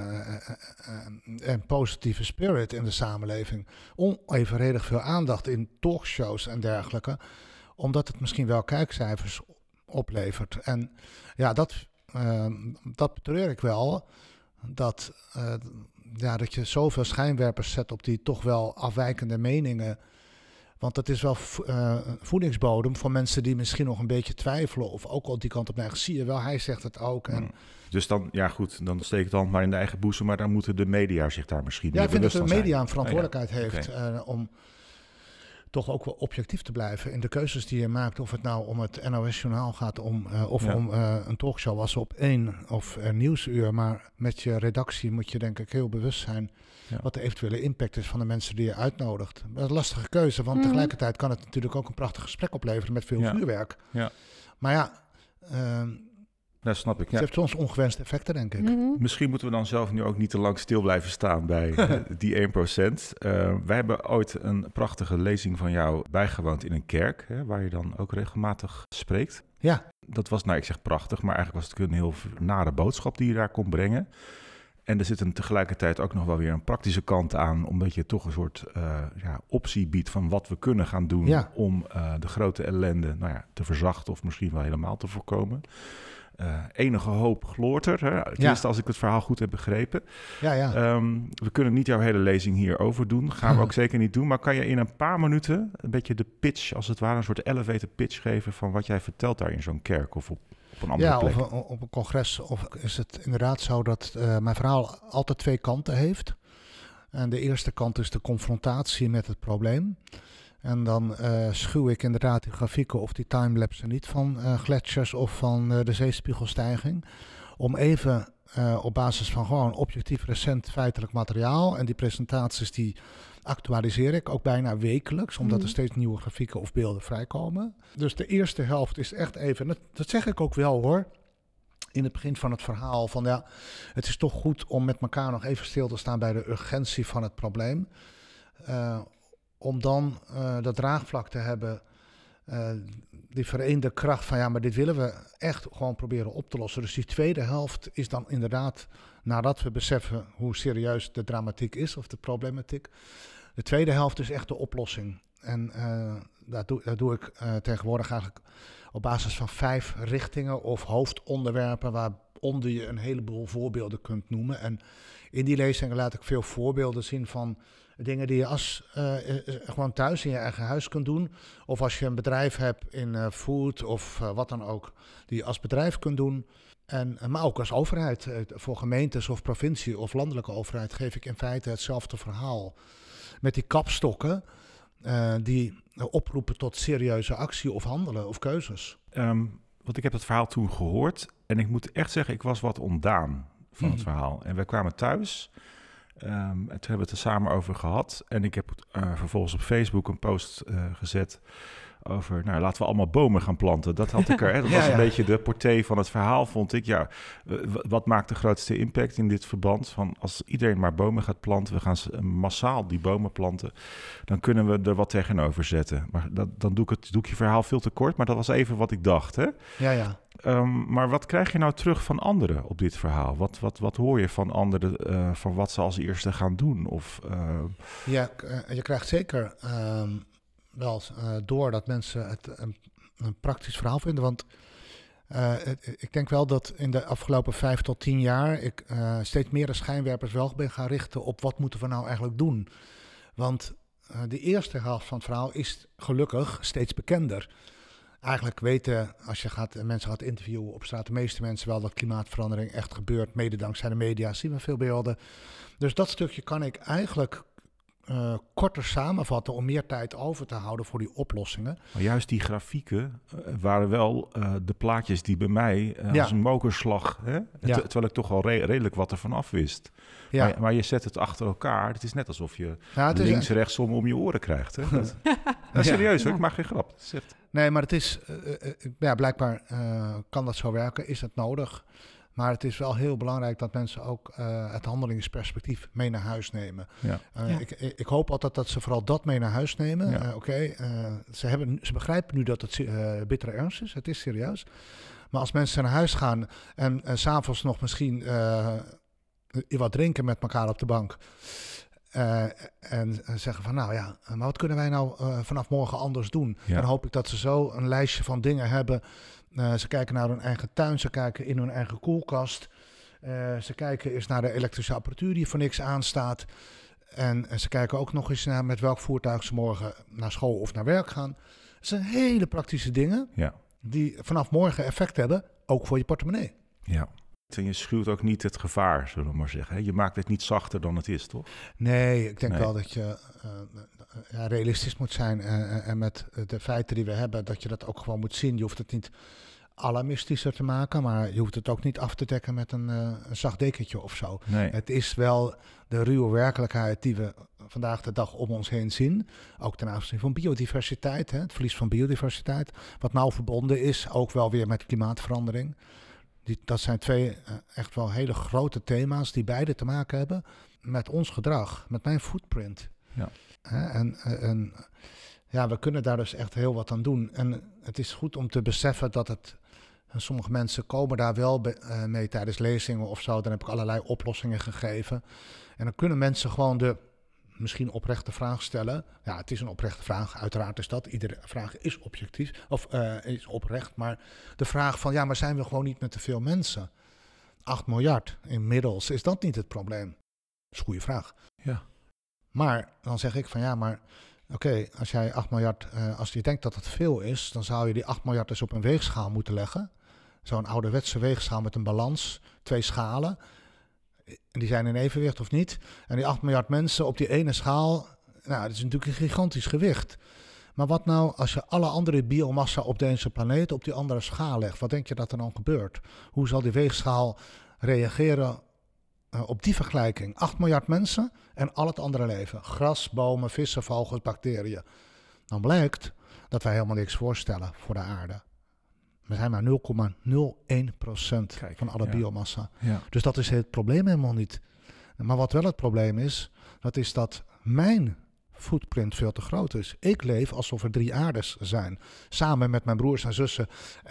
positieve spirit in de samenleving. Onevenredig veel aandacht in talkshows en dergelijke, omdat het misschien wel kijkcijfers oplevert. En ja, dat betreur ik wel, dat je zoveel schijnwerpers zet op die toch wel afwijkende meningen. Want dat is wel voedingsbodem voor mensen die misschien nog een beetje twijfelen of ook al die kant op neigen. Zie je wel, hij zegt het ook. En dus dan, dan steek ik de hand maar in de eigen boezem, maar dan moeten de media zich daar misschien ik vind dat de media een verantwoordelijkheid heeft om toch ook wel objectief te blijven in de keuzes die je maakt. Of het nou om het NOS-journaal gaat, om een talkshow was op 1 of een nieuwsuur. Maar met je redactie moet je denk ik heel bewust zijn wat de eventuele impact is van de mensen die je uitnodigt. Dat is een lastige keuze, want tegelijkertijd kan het natuurlijk ook een prachtig gesprek opleveren met veel vuurwerk. Ja. Maar dat snap ik. Het heeft soms ongewenste effecten, denk ik. Misschien moeten we dan zelf nu ook niet te lang stil blijven staan bij die 1%. Wij hebben ooit een prachtige lezing van jou bijgewoond in een kerk, waar je dan ook regelmatig spreekt. Ja. Dat was, ik zeg prachtig, maar eigenlijk was het een heel nare boodschap die je daar kon brengen. En er zit tegelijkertijd ook nog wel weer een praktische kant aan, omdat je toch een soort optie biedt van wat we kunnen gaan doen om de grote ellende te verzachten of misschien wel helemaal te voorkomen. Enige hoop gloort er, tenminste als ik het verhaal goed heb begrepen. We kunnen niet jouw hele lezing hier overdoen, gaan we ook zeker niet doen. Maar kan je in een paar minuten een beetje de pitch, als het ware, een soort elevator pitch geven van wat jij vertelt daar in zo'n kerk of op een andere plek? Ja, of op een congres. Of is het inderdaad zo dat mijn verhaal altijd 2 kanten heeft. En de eerste kant is de confrontatie met het probleem. En dan schuw ik inderdaad die grafieken of die timelapse niet van gletsjers of van de zeespiegelstijging. Om even op basis van gewoon objectief recent feitelijk materiaal. En die presentaties die actualiseer ik ook bijna wekelijks, omdat er steeds nieuwe grafieken of beelden vrijkomen. Dus de eerste helft is echt even, dat zeg ik ook wel hoor, in het begin van het verhaal van het is toch goed om met elkaar nog even stil te staan bij de urgentie van het probleem. Om dan dat draagvlak te hebben, die vereende kracht van maar dit willen we echt gewoon proberen op te lossen. Dus die tweede helft is dan inderdaad, nadat we beseffen hoe serieus de dramatiek is of de problematiek, de tweede helft is echt de oplossing. En dat doe ik tegenwoordig eigenlijk op basis van 5 richtingen of hoofdonderwerpen waaronder je een heleboel voorbeelden kunt noemen. En in die lezingen laat ik veel voorbeelden zien van dingen die je gewoon thuis in je eigen huis kunt doen. Of als je een bedrijf hebt in food of wat dan ook, die je als bedrijf kunt doen. Maar ook als overheid, voor gemeentes of provincie of landelijke overheid, geef ik in feite hetzelfde verhaal. Met die kapstokken die oproepen tot serieuze actie of handelen of keuzes. Want ik heb het verhaal toen gehoord en ik moet echt zeggen, ik was wat ontdaan van het verhaal. En wij kwamen thuis. En toen hebben we het er samen over gehad. En ik heb vervolgens op Facebook een post gezet over, nou, laten we allemaal bomen gaan planten. Dat had ik er, hè? Dat was een beetje de portée van het verhaal, vond ik. Ja, wat maakt de grootste impact in dit verband? Van als iedereen maar bomen gaat planten, we gaan massaal die bomen planten, dan kunnen we er wat tegenover zetten. Maar dan doe ik je verhaal veel te kort, maar dat was even wat ik dacht, hè? Ja. Maar wat krijg je nou terug van anderen op dit verhaal? Wat hoor je van anderen van wat ze als eerste gaan doen? Of, Ja, je krijgt zeker wel door dat mensen het een praktisch verhaal vinden. Want ik denk wel dat in de afgelopen 5 tot 10 jaar ik steeds meer de schijnwerpers wel ben gaan richten op wat moeten we nou eigenlijk doen. Want de eerste helft van het verhaal is gelukkig steeds bekender. Eigenlijk weten, als je mensen gaat interviewen op straat, de meeste mensen wel dat klimaatverandering echt gebeurt. Mede dankzij de media zien we veel beelden. Dus dat stukje kan ik eigenlijk korter samenvatten om meer tijd over te houden voor die oplossingen. Maar juist die grafieken waren wel de plaatjes die bij mij als een mokerslag, hè? Terwijl ik toch al redelijk wat ervan af wist. Ja. Maar je zet het achter elkaar. Het is net alsof je links rechtsom om je oren krijgt. Hè? Serieus hoor, ik maak geen grap. Nee, maar het is, blijkbaar kan dat zo werken, is het nodig. Maar het is wel heel belangrijk dat mensen ook het handelingsperspectief mee naar huis nemen. Ja. Ik hoop altijd dat ze vooral dat mee naar huis nemen. Ja. Ze begrijpen nu dat het bittere ernst is. Het is serieus. Maar als mensen naar huis gaan en 's avonds nog misschien wat drinken met elkaar op de bank. En zeggen van maar wat kunnen wij nou vanaf morgen anders doen? Ja. Dan hoop ik dat ze zo een lijstje van dingen hebben. Ze kijken naar hun eigen tuin, ze kijken in hun eigen koelkast. Ze kijken eens naar de elektrische apparatuur die voor niks aanstaat. En ze kijken ook nog eens naar met welk voertuig ze morgen naar school of naar werk gaan. Dat zijn hele praktische dingen die vanaf morgen effect hebben, ook voor je portemonnee. Ja. En je schuwt ook niet het gevaar, zullen we maar zeggen. Je maakt het niet zachter dan het is, toch? Nee, ik denk wel dat je realistisch moet zijn. En met de feiten die we hebben, dat je dat ook gewoon moet zien. Je hoeft het niet alarmistischer te maken, maar je hoeft het ook niet af te dekken met een zacht dekentje of zo. Nee. Het is wel de ruwe werkelijkheid die we vandaag de dag om ons heen zien. Ook ten aanzien van biodiversiteit, het verlies van biodiversiteit. Wat nou verbonden is, ook wel weer met klimaatverandering. Dat zijn 2 echt wel hele grote thema's die beide te maken hebben met ons gedrag, met mijn footprint. Ja. En we kunnen daar dus echt heel wat aan doen. En het is goed om te beseffen dat sommige mensen komen daar wel mee tijdens lezingen of zo. Dan heb ik allerlei oplossingen gegeven. En dan kunnen mensen gewoon de misschien oprechte vraag stellen. Ja, het is een oprechte vraag. Uiteraard is dat. Iedere vraag is objectief of is oprecht. Maar de vraag van, maar zijn we gewoon niet met te veel mensen? 8 miljard inmiddels. Is dat niet het probleem? Dat is een goede vraag. Ja. Maar dan zeg ik van als jij 8 miljard, als je denkt dat het veel is, dan zou je die 8 miljard dus op een weegschaal moeten leggen. Zo'n ouderwetse weegschaal met een balans, 2 schalen. En die zijn in evenwicht of niet. En die 8 miljard mensen op die ene schaal, dat is natuurlijk een gigantisch gewicht. Maar wat nou als je alle andere biomassa op deze planeet op die andere schaal legt? Wat denk je dat er dan gebeurt? Hoe zal die weegschaal reageren op die vergelijking? 8 miljard mensen en al het andere leven. Gras, bomen, vissen, vogels, bacteriën. Dan blijkt dat wij helemaal niks voorstellen voor de aarde. We zijn maar 0,01% van alle biomassa. Ja. Dus dat is het probleem helemaal niet. Maar wat wel het probleem is, dat is dat mijn footprint veel te groot is. Ik leef alsof er 3 aardes zijn. Samen met mijn broers en zussen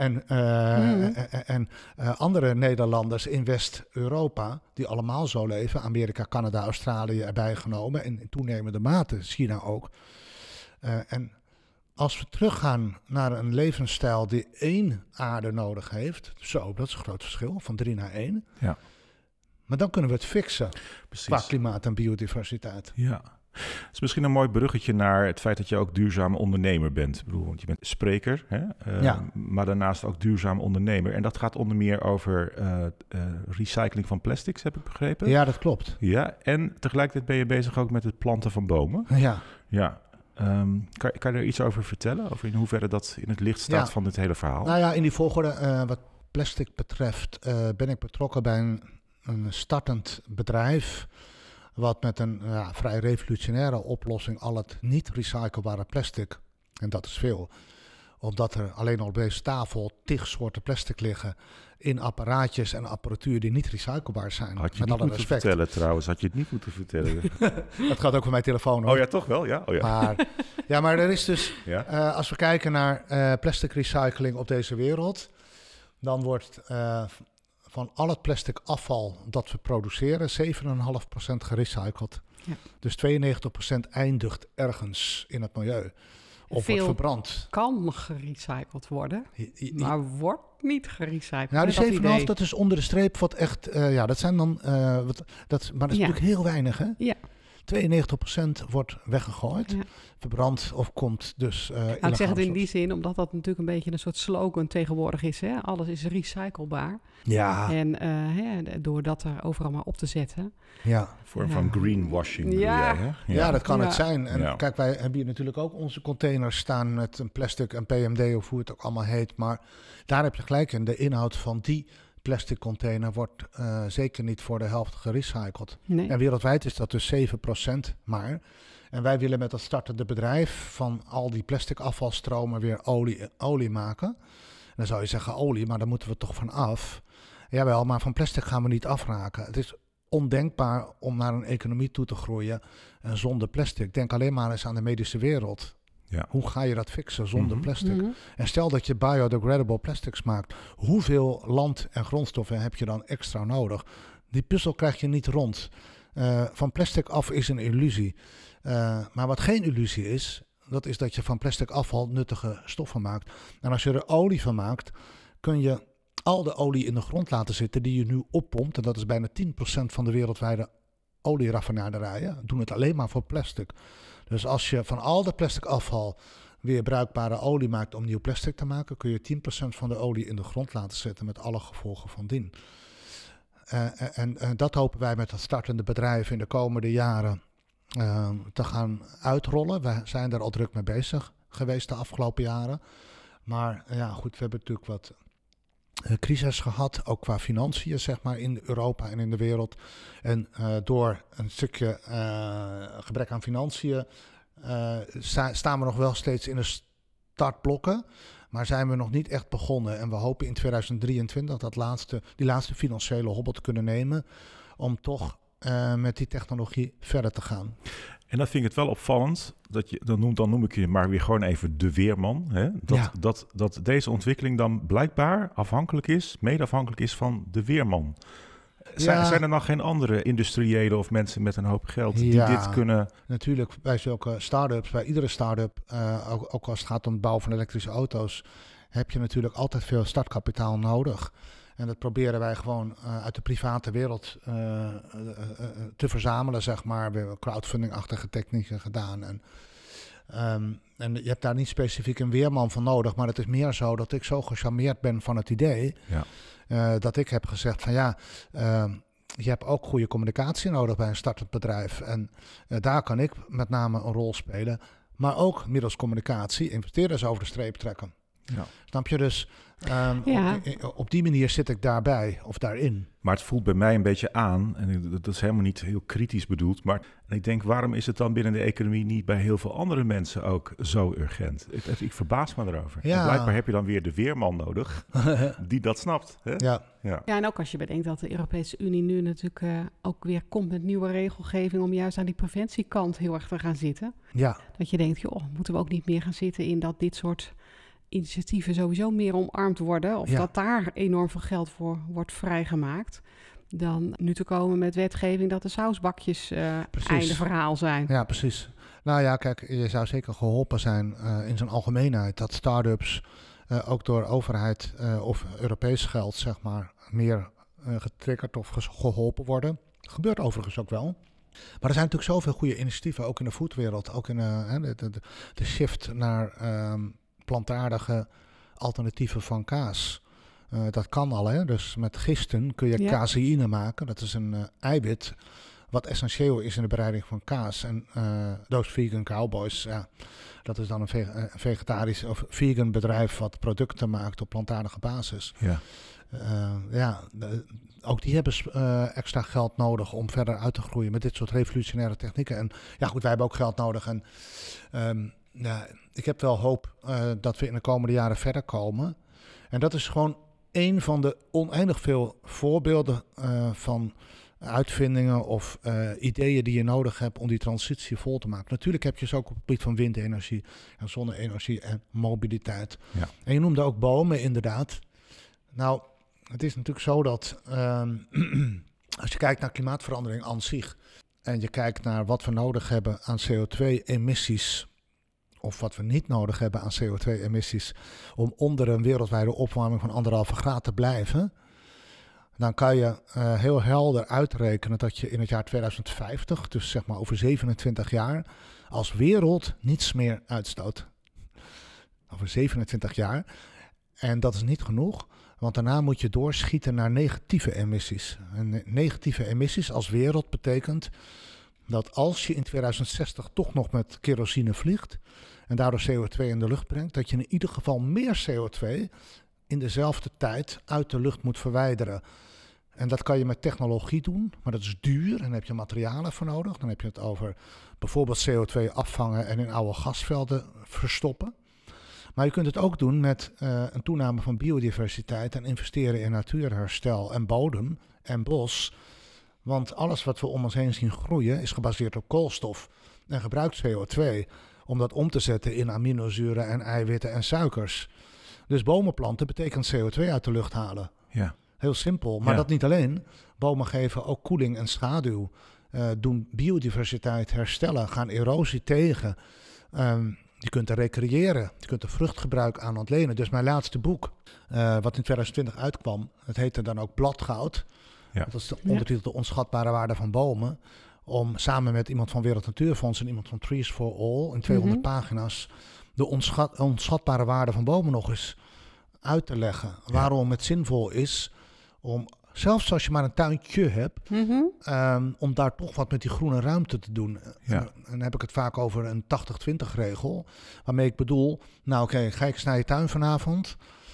en andere Nederlanders in West-Europa, die allemaal zo leven. Amerika, Canada, Australië erbij genomen. En in toenemende mate China ook. En als we teruggaan naar een levensstijl die 1 aarde nodig heeft, dat is een groot verschil, van 3 naar 1. Ja. Maar dan kunnen we het fixen. Precies. Qua klimaat en biodiversiteit. Ja. Het is misschien een mooi bruggetje naar het feit dat je ook duurzaam ondernemer bent. Ik bedoel, want je bent spreker, hè? Maar daarnaast ook duurzaam ondernemer. En dat gaat onder meer over recycling van plastics, heb ik begrepen. Ja, dat klopt. Ja, en tegelijkertijd ben je bezig ook met het planten van bomen. Ja. Ja. Kan je er iets over vertellen? Over in hoeverre dat in het licht staat van dit hele verhaal? Nou ja, in die volgorde wat plastic betreft ben ik betrokken bij een startend bedrijf wat met een vrij revolutionaire oplossing al het niet recyclebare plastic, en dat is veel, Omdat er alleen al op deze tafel 10 soorten plastic liggen in apparaatjes en apparatuur die niet recyclebaar zijn. Had je niet moeten vertellen trouwens, had je het niet moeten vertellen. Dat gaat ook van mijn telefoon hoor. Oh ja, toch wel? Ja. Oh, ja. Maar er is dus, als we kijken naar plastic recycling op deze wereld, dan wordt van al het plastic afval dat we produceren 7,5% gerecycled. Ja. Dus 92% eindigt ergens in het milieu. Of wordt verbrand. Kan gerecycled worden, maar wordt niet gerecycled. Nou, die 7,5, dat is onder de streep wat echt... dat zijn dan... maar dat is natuurlijk heel weinig, hè? Ja. 92% wordt weggegooid, verbrand of komt dus ik zeg het in die zin, omdat dat natuurlijk een beetje een soort slogan tegenwoordig is. Hè? Alles is recyclebaar. Ja. En door dat er overal maar op te zetten. Ja. Vorm van greenwashing. Ja. Jij, hè? Ja, dat kan het zijn. En kijk, wij hebben hier natuurlijk ook onze containers staan met een plastic en PMD of hoe het ook allemaal heet. Maar daar heb je gelijk in. De inhoud van die plastic container wordt zeker niet voor de helft gerecycled. Nee. En wereldwijd is dat dus 7% maar. En wij willen met dat startende bedrijf van al die plastic afvalstromen weer olie maken. En dan zou je zeggen olie, maar daar moeten we toch van af. Jawel, maar van plastic gaan we niet afraken. Het is ondenkbaar om naar een economie toe te groeien zonder plastic. Denk alleen maar eens aan de medische wereld. Ja. Hoe ga je dat fixen zonder plastic? Mm-hmm. En stel dat je biodegradable plastics maakt. Hoeveel land- en grondstoffen heb je dan extra nodig? Die puzzel krijg je niet rond. Van plastic af is een illusie. Maar wat geen illusie is, dat is dat je van plastic afval nuttige stoffen maakt. En als je er olie van maakt, kun je al de olie in de grond laten zitten die je nu oppompt. En dat is bijna 10% van de wereldwijde olieraffinaderijen. Doen het alleen maar voor plastic. Dus als je van al dat plastic afval weer bruikbare olie maakt om nieuw plastic te maken, kun je 10% van de olie in de grond laten zitten met alle gevolgen van dien. En dat hopen wij met dat startende bedrijf in de komende jaren te gaan uitrollen. We zijn daar al druk mee bezig geweest de afgelopen jaren. Maar ja, goed, we hebben natuurlijk wat crisis gehad, ook qua financiën, zeg maar, in Europa en in de wereld. En door een stukje gebrek aan financiën staan we nog wel steeds in de startblokken, maar zijn we nog niet echt begonnen. En we hopen in 2023 die laatste financiële hobbel te kunnen nemen om toch met die technologie verder te gaan. En dat vind ik het wel opvallend, dan noem ik je maar weer gewoon even de weerman. Hè? Dat deze ontwikkeling dan blijkbaar mede afhankelijk is van de weerman. Zijn er nog geen andere industriëlen of mensen met een hoop geld die dit kunnen? Natuurlijk, bij zulke start-ups, bij iedere start-up, ook als het gaat om het bouwen van elektrische auto's, heb je natuurlijk altijd veel startkapitaal nodig. En dat proberen wij gewoon uit de private wereld te verzamelen, zeg maar. We hebben crowdfunding-achtige technieken gedaan. En je hebt daar niet specifiek een weerman van nodig, maar het is meer zo dat ik zo gecharmeerd ben van het idee, dat ik heb gezegd van je hebt ook goede communicatie nodig bij een startend bedrijf. En daar kan ik met name een rol spelen, maar ook middels communicatie investeerders over de streep trekken. Ja. Snap je? Dus op die manier zit ik daarbij of daarin. Maar het voelt bij mij een beetje aan, en dat is helemaal niet heel kritisch bedoeld, maar ik denk, waarom is het dan binnen de economie niet bij heel veel andere mensen ook zo urgent? Ik verbaas me erover. Ja. Blijkbaar heb je dan weer de weerman nodig die dat snapt. Hè? Ja, en ook als je bedenkt dat de Europese Unie nu natuurlijk ook weer komt met nieuwe regelgeving om juist aan die preventiekant heel erg te gaan zitten. Ja. Dat je denkt, joh, moeten we ook niet meer gaan zitten in dat dit soort initiatieven sowieso meer omarmd worden, of dat daar enorm veel geld voor wordt vrijgemaakt, dan nu te komen met wetgeving dat de sausbakjes einde verhaal zijn. Ja, precies. Nou ja, kijk, je zou zeker geholpen zijn in zijn algemeenheid dat start-ups ook door overheid of Europees geld, zeg maar, meer getriggerd of geholpen worden. Dat gebeurt overigens ook wel. Maar er zijn natuurlijk zoveel goede initiatieven, ook in de foodwereld, ook in de shift naar plantaardige alternatieven van kaas. Dat kan al, hè? Dus met gisten kun je caseïne maken. Dat is een eiwit wat essentieel is in de bereiding van kaas. En those vegan cowboys, dat is dan een vegetarisch of vegan bedrijf wat producten maakt op plantaardige basis. Ja. Ook die hebben extra geld nodig om verder uit te groeien met dit soort revolutionaire technieken. En ja goed, wij hebben ook geld nodig. En Ja, ik heb wel hoop dat we in de komende jaren verder komen. En dat is gewoon een van de oneindig veel voorbeelden van uitvindingen of ideeën die je nodig hebt om die transitie vol te maken. Natuurlijk heb je ze ook op het gebied van windenergie en zonne-energie en mobiliteit. Ja. En je noemde ook bomen, inderdaad. Nou, het is natuurlijk zo dat als je kijkt naar klimaatverandering aan zich en je kijkt naar wat we nodig hebben aan CO2-emissies of wat we niet nodig hebben aan CO2-emissies om onder een wereldwijde opwarming van 1,5 graad te blijven, dan kan je heel helder uitrekenen dat je in het jaar 2050, dus zeg maar over 27 jaar, als wereld niets meer uitstoot. Over 27 jaar. En dat is niet genoeg, want daarna moet je doorschieten naar negatieve emissies. En negatieve emissies als wereld betekent dat als je in 2060 toch nog met kerosine vliegt en daardoor CO2 in de lucht brengt, dat je in ieder geval meer CO2 in dezelfde tijd uit de lucht moet verwijderen. En dat kan je met technologie doen, maar dat is duur en daar heb je materialen voor nodig. Dan heb je het over bijvoorbeeld CO2 afvangen en in oude gasvelden verstoppen. Maar je kunt het ook doen met een toename van biodiversiteit en investeren in natuurherstel en bodem en bos. Want alles wat we om ons heen zien groeien is gebaseerd op koolstof en gebruikt CO2 om dat om te zetten in aminozuren en eiwitten en suikers. Dus bomen planten betekent CO2 uit de lucht halen. Ja. Heel simpel, maar dat niet alleen. Bomen geven ook koeling en schaduw, doen biodiversiteit herstellen, gaan erosie tegen. Je kunt er recreëren, je kunt er vruchtgebruik aan ontlenen. Dus mijn laatste boek, wat in 2020 uitkwam, het heette dan ook Bladgoud. Ja. Dat is de ondertitel De onschatbare waarde van bomen. Om samen met iemand van Wereld Natuurfonds en iemand van Trees for All in 200 pagina's de onschatbare waarde van bomen nog eens uit te leggen. Ja. Waarom het zinvol is om, zelfs als je maar een tuintje hebt, om daar toch wat met die groene ruimte te doen. Ja. En dan heb ik het vaak over een 80-20 regel. Waarmee ik bedoel, nou oké, ga ik eens naar je tuin vanavond.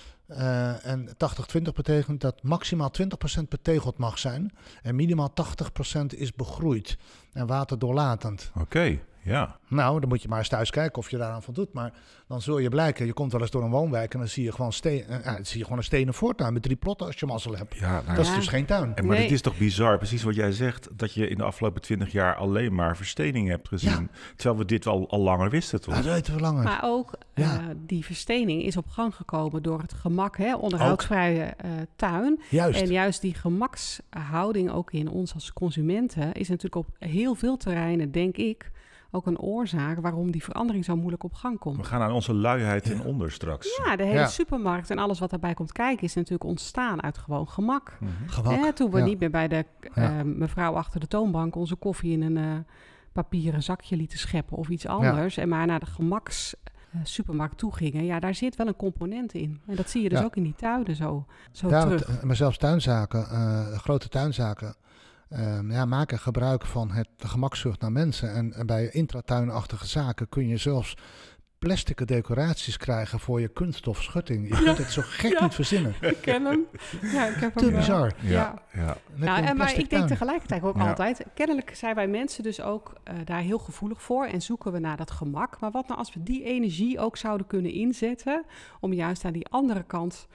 En 80-20 betekent dat maximaal 20% betegeld mag zijn. En minimaal 80% is begroeid en waterdoorlatend. Oké. Ja. Nou, dan moet je maar eens thuis kijken of je daaraan voldoet. Maar dan zul je blijken, je komt wel eens door een woonwijk en dan zie je gewoon een stenen voortuin met 3 plotten als je mazzel hebt. Ja, nou, dat is dus geen tuin. Maar dit is toch bizar, precies wat jij zegt, dat je in de afgelopen 20 jaar alleen maar verstening hebt gezien. Ja. Terwijl we dit al langer wisten, toch? Ja, dat weten we langer. Maar ook die verstening is op gang gekomen door het gemak, onderhoudsvrije tuin. Juist. En juist die gemakshouding ook in ons als consumenten is natuurlijk op heel veel terreinen, denk ik, ook een oorzaak waarom die verandering zo moeilijk op gang komt. We gaan aan onze luiheid ten onder straks. Ja, de hele supermarkt en alles wat daarbij komt kijken is natuurlijk ontstaan uit gewoon gemak. Gemak. Toen we niet meer bij de mevrouw achter de toonbank onze koffie in een papieren zakje lieten scheppen of iets anders. En maar naar de supermarkt toe gingen. Ja, daar zit wel een component in. En dat zie je dus ook in die tuinen zo terug. Maar zelfs tuinzaken, grote tuinzaken, maken gebruik van de gemakzucht naar mensen. En bij intratuinachtige zaken kun je zelfs plastic decoraties krijgen voor je kunststofschutting. Je kunt het zo gek niet verzinnen. Ik ken hem. Ja, ik heb hem. Te bizar. Maar ik denk tegelijkertijd ook altijd, kennelijk zijn wij mensen dus ook daar heel gevoelig voor en zoeken we naar dat gemak. Maar wat nou als we die energie ook zouden kunnen inzetten om juist aan die andere kant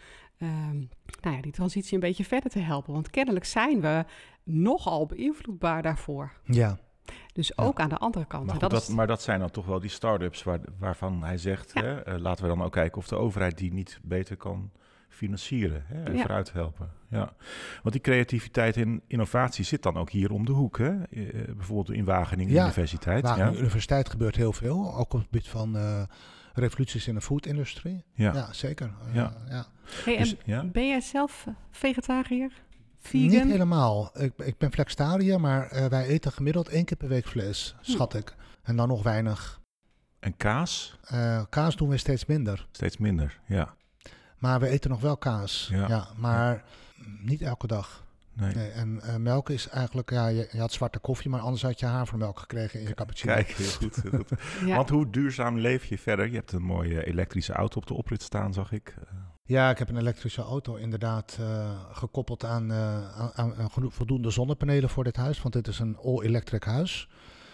die transitie een beetje verder te helpen. Want kennelijk zijn we nogal beïnvloedbaar daarvoor. Ja. Dus ook aan de andere kant. Maar dat zijn dan toch wel die start-ups waarvan hij zegt, laten we dan ook kijken of de overheid die niet beter kan financieren en vooruit helpen. Ja. Want die creativiteit en innovatie zit dan ook hier om de hoek. Hè? Bijvoorbeeld in Wageningen Universiteit. Wageningen Universiteit gebeurt heel veel. Ook op het gebied van revoluties in de food-industrie. Ja, zeker. Hey, dus, ben jij zelf vegetariër? Vegan? Niet helemaal. Ik ben flexitariër, maar wij eten gemiddeld 1 keer per week vlees, schat ik. En dan nog weinig. En kaas? Kaas doen we steeds minder. Steeds minder, ja. Maar we eten nog wel kaas. Ja, maar niet elke dag. Nee. En melk is eigenlijk, je had zwarte koffie, maar anders had je havermelk gekregen in je cappuccino. Kijk, heel goed. Want hoe duurzaam leef je verder? Je hebt een mooie elektrische auto op de oprit staan, zag ik. Ja, ik heb een elektrische auto inderdaad gekoppeld aan voldoende zonnepanelen voor dit huis, want dit is een all-electric huis.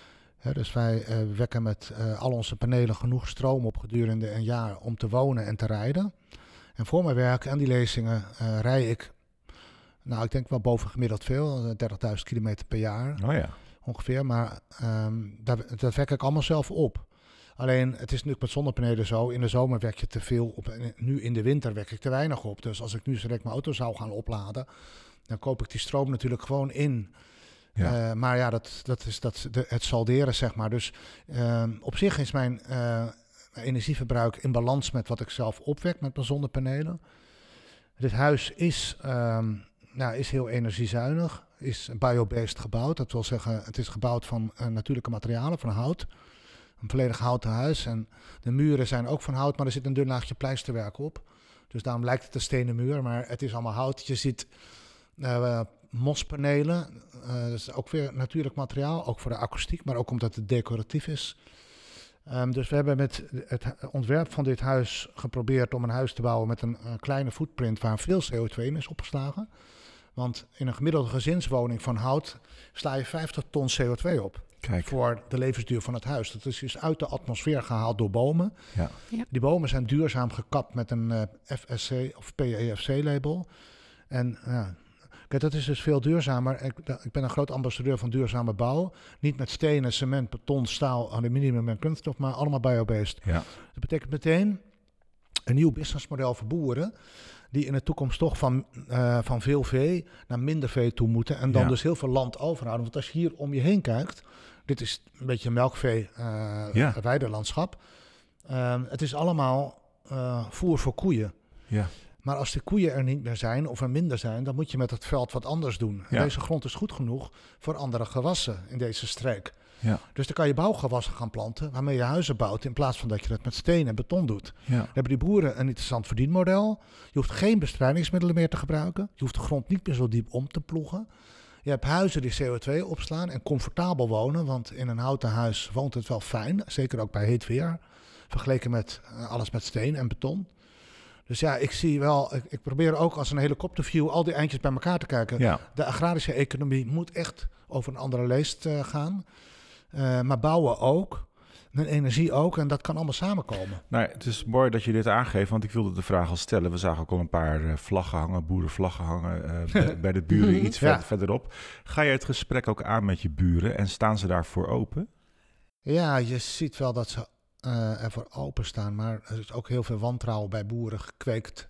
Dus wij wekken met al onze panelen genoeg stroom op gedurende een jaar om te wonen en te rijden. En voor mijn werk en die lezingen rij ik, ik denk wel boven gemiddeld veel, 30.000 kilometer per jaar ongeveer. Maar dat wek ik allemaal zelf op. Alleen, het is natuurlijk met zonnepanelen zo, in de zomer wek je te veel op en nu in de winter wek ik te weinig op. Dus als ik nu direct mijn auto zou gaan opladen, dan koop ik die stroom natuurlijk gewoon in. Ja. Maar ja, dat is het salderen, zeg maar. Dus op zich is mijn energieverbruik in balans met wat ik zelf opwek met mijn zonnepanelen. Dit huis is heel energiezuinig, is biobased gebouwd. Dat wil zeggen, het is gebouwd van natuurlijke materialen, van hout. Een volledig houten huis. En de muren zijn ook van hout, maar er zit een dun laagje pleisterwerk op. Dus daarom lijkt het een stenen muur, maar het is allemaal hout. Je ziet mospanelen, dat is ook weer natuurlijk materiaal, ook voor de akoestiek, maar ook omdat het decoratief is. Dus we hebben met het ontwerp van dit huis geprobeerd om een huis te bouwen met een kleine footprint waar veel CO2 in is opgeslagen. Want in een gemiddelde gezinswoning van hout sla je 50 ton CO2 op. Kijk. Voor de levensduur van het huis. Dat is dus uit de atmosfeer gehaald door bomen. Ja. Ja. Die bomen zijn duurzaam gekapt met een FSC of PEFC-label. En kijk, dat is dus veel duurzamer. Ik ben een groot ambassadeur van duurzame bouw. Niet met stenen, cement, beton, staal, aluminium en kunststof, maar allemaal biobased. Ja. Dat betekent meteen een nieuw businessmodel voor boeren die in de toekomst toch van veel vee naar minder vee toe moeten en dan dus heel veel land overhouden. Want als je hier om je heen kijkt, dit is een beetje een melkvee weidelandschap. Het is allemaal voer voor koeien. Ja. Maar als de koeien er niet meer zijn of er minder zijn, dan moet je met het veld wat anders doen. Ja. Deze grond is goed genoeg voor andere gewassen in deze streek. Ja. Dus dan kan je bouwgewassen gaan planten waarmee je huizen bouwt in plaats van dat je dat met steen en beton doet. Ja. Dan hebben die boeren een interessant verdienmodel. Je hoeft geen bestrijdingsmiddelen meer te gebruiken. Je hoeft de grond niet meer zo diep om te ploegen. Je hebt huizen die CO2 opslaan en comfortabel wonen, want in een houten huis woont het wel fijn. Zeker ook bij heet weer, vergeleken met alles met steen en beton. Dus ja, ik probeer ook als een helikopterview al die eindjes bij elkaar te kijken. Ja. De agrarische economie moet echt over een andere leest gaan. Maar bouwen ook. En energie ook. En dat kan allemaal samenkomen. Nou, het is mooi dat je dit aangeeft, want ik wilde de vraag al stellen. We zagen ook al een paar vlaggen hangen, boerenvlaggen hangen bij de buren iets verderop. Ga je het gesprek ook aan met je buren en staan ze daarvoor open? Ja, je ziet wel dat ze ervoor openstaan, maar er is ook heel veel wantrouwen bij boeren gekweekt.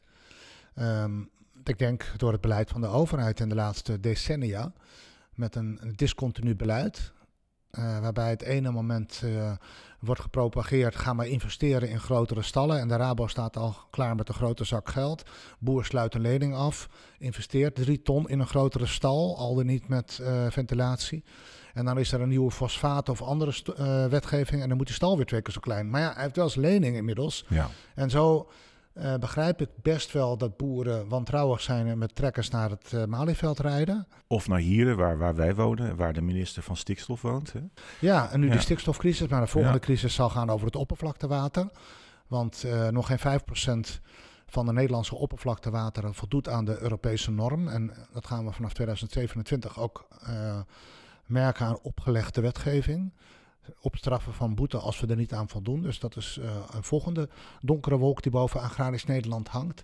Ik denk door het beleid van de overheid in de laatste decennia, met een discontinu beleid, waarbij het ene moment wordt gepropageerd, ga maar investeren in grotere stallen. En de Rabo staat al klaar met een grote zak geld. Boer sluit een lening af, investeert 3 ton in een grotere stal, al dan niet met ventilatie. En dan is er een nieuwe fosfaat of andere wetgeving en dan moet die stal weer 2 keer zo klein. Maar ja, hij heeft wel eens lening inmiddels. Ja. En zo begrijp ik best wel dat boeren wantrouwig zijn en met trekkers naar het Malieveld rijden. Of naar Hieren, waar wij wonen, waar de minister van Stikstof woont. Hè? Ja, en nu de stikstofcrisis, maar de volgende crisis zal gaan over het oppervlaktewater. Want nog geen 5% van de Nederlandse oppervlaktewater voldoet aan de Europese norm. En dat gaan we vanaf 2027 ook merken aan opgelegde wetgeving. Opstraffen van boete als we er niet aan voldoen. Dus dat is een volgende donkere wolk die boven agrarisch Nederland hangt.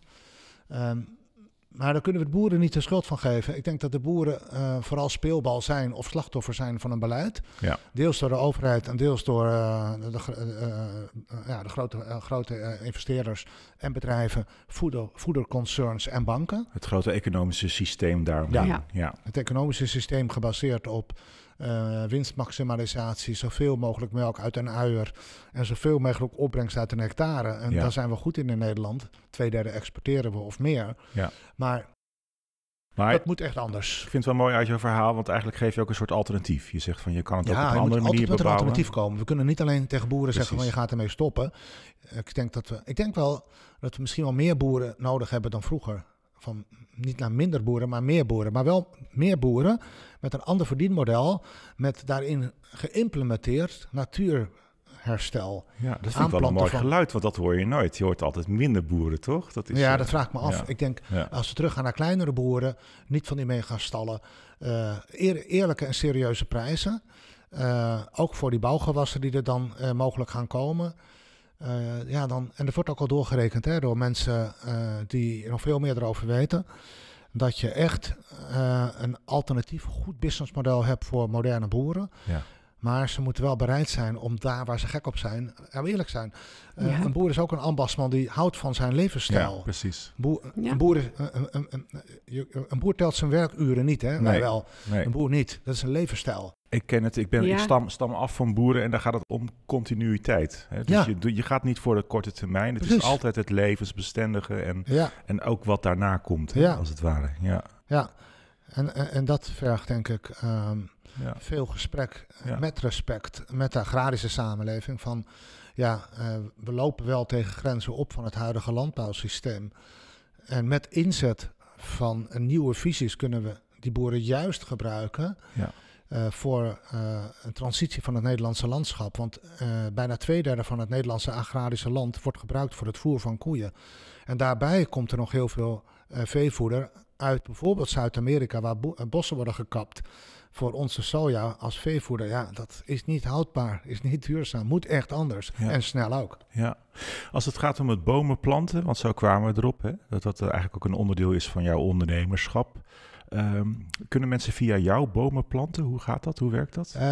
Maar daar kunnen we de boeren niet de schuld van geven. Ik denk dat de boeren vooral speelbal zijn of slachtoffer zijn van een beleid. Ja. Deels door de overheid en deels door de grote investeerders en bedrijven, voederconcerns en banken. Het grote economische systeem daaromheen. Ja. Het economische systeem gebaseerd op winstmaximalisatie, zoveel mogelijk melk uit een uier en zoveel mogelijk opbrengst uit een hectare. En daar zijn we goed in Nederland. 2/3 exporteren we of meer. Ja. Maar dat moet echt anders. Ik vind het wel mooi uit jouw verhaal, want eigenlijk geef je ook een soort alternatief. Je zegt van je kan het ook op een andere manier bebouwen. Ja, er moet een alternatief komen. We kunnen niet alleen tegen boeren zeggen van je gaat ermee stoppen. Ik denk wel dat we misschien wel meer boeren nodig hebben dan vroeger. Van niet naar minder boeren, maar meer boeren. Maar wel meer boeren met een ander verdienmodel, met daarin geïmplementeerd natuurherstel. Ja, dat vind ik wel een mooi geluid, want dat hoor je nooit. Je hoort altijd minder boeren, toch? Dat is, dat vraag ik me af. Ja. Ik denk, als we teruggaan naar kleinere boeren, niet van die megastallen, eerlijke en serieuze prijzen. Ook voor die bouwgewassen die er dan mogelijk gaan komen. En er wordt ook al doorgerekend door mensen die nog veel meer erover weten. Dat je echt een alternatief goed businessmodel hebt voor moderne boeren. Ja. Maar ze moeten wel bereid zijn om daar waar ze gek op zijn, eerlijk zijn. Een boer is ook een ambachtsman die houdt van zijn levensstijl. Ja, precies. Een boer telt zijn werkuren niet, hè? Nee, wel. Nee. Een boer niet. Dat is een levensstijl. Ik ken het. Ik stam af van boeren en daar gaat het om continuïteit. Hè? Dus je gaat niet voor de korte termijn. Het is altijd het levensbestendige en ook wat daarna komt, als het ware. Ja. En dat vergt denk ik veel gesprek met respect, met de agrarische samenleving. Van we lopen wel tegen grenzen op van het huidige landbouwsysteem. En met inzet van een nieuwe visies kunnen we die boeren juist gebruiken voor een transitie van het Nederlandse landschap. Want bijna 2/3 van het Nederlandse agrarische land wordt gebruikt voor het voer van koeien. En daarbij komt er nog heel veel veevoeder uit bijvoorbeeld Zuid-Amerika, waar bossen worden gekapt voor onze soja als veevoeder. Ja, dat is niet houdbaar, is niet duurzaam, moet echt anders. Ja. En snel ook. Ja. Als het gaat om het bomen planten, want zo kwamen we erop, hè, dat eigenlijk ook een onderdeel is van jouw ondernemerschap. Kunnen mensen via jou bomen planten? Hoe gaat dat? Hoe werkt dat?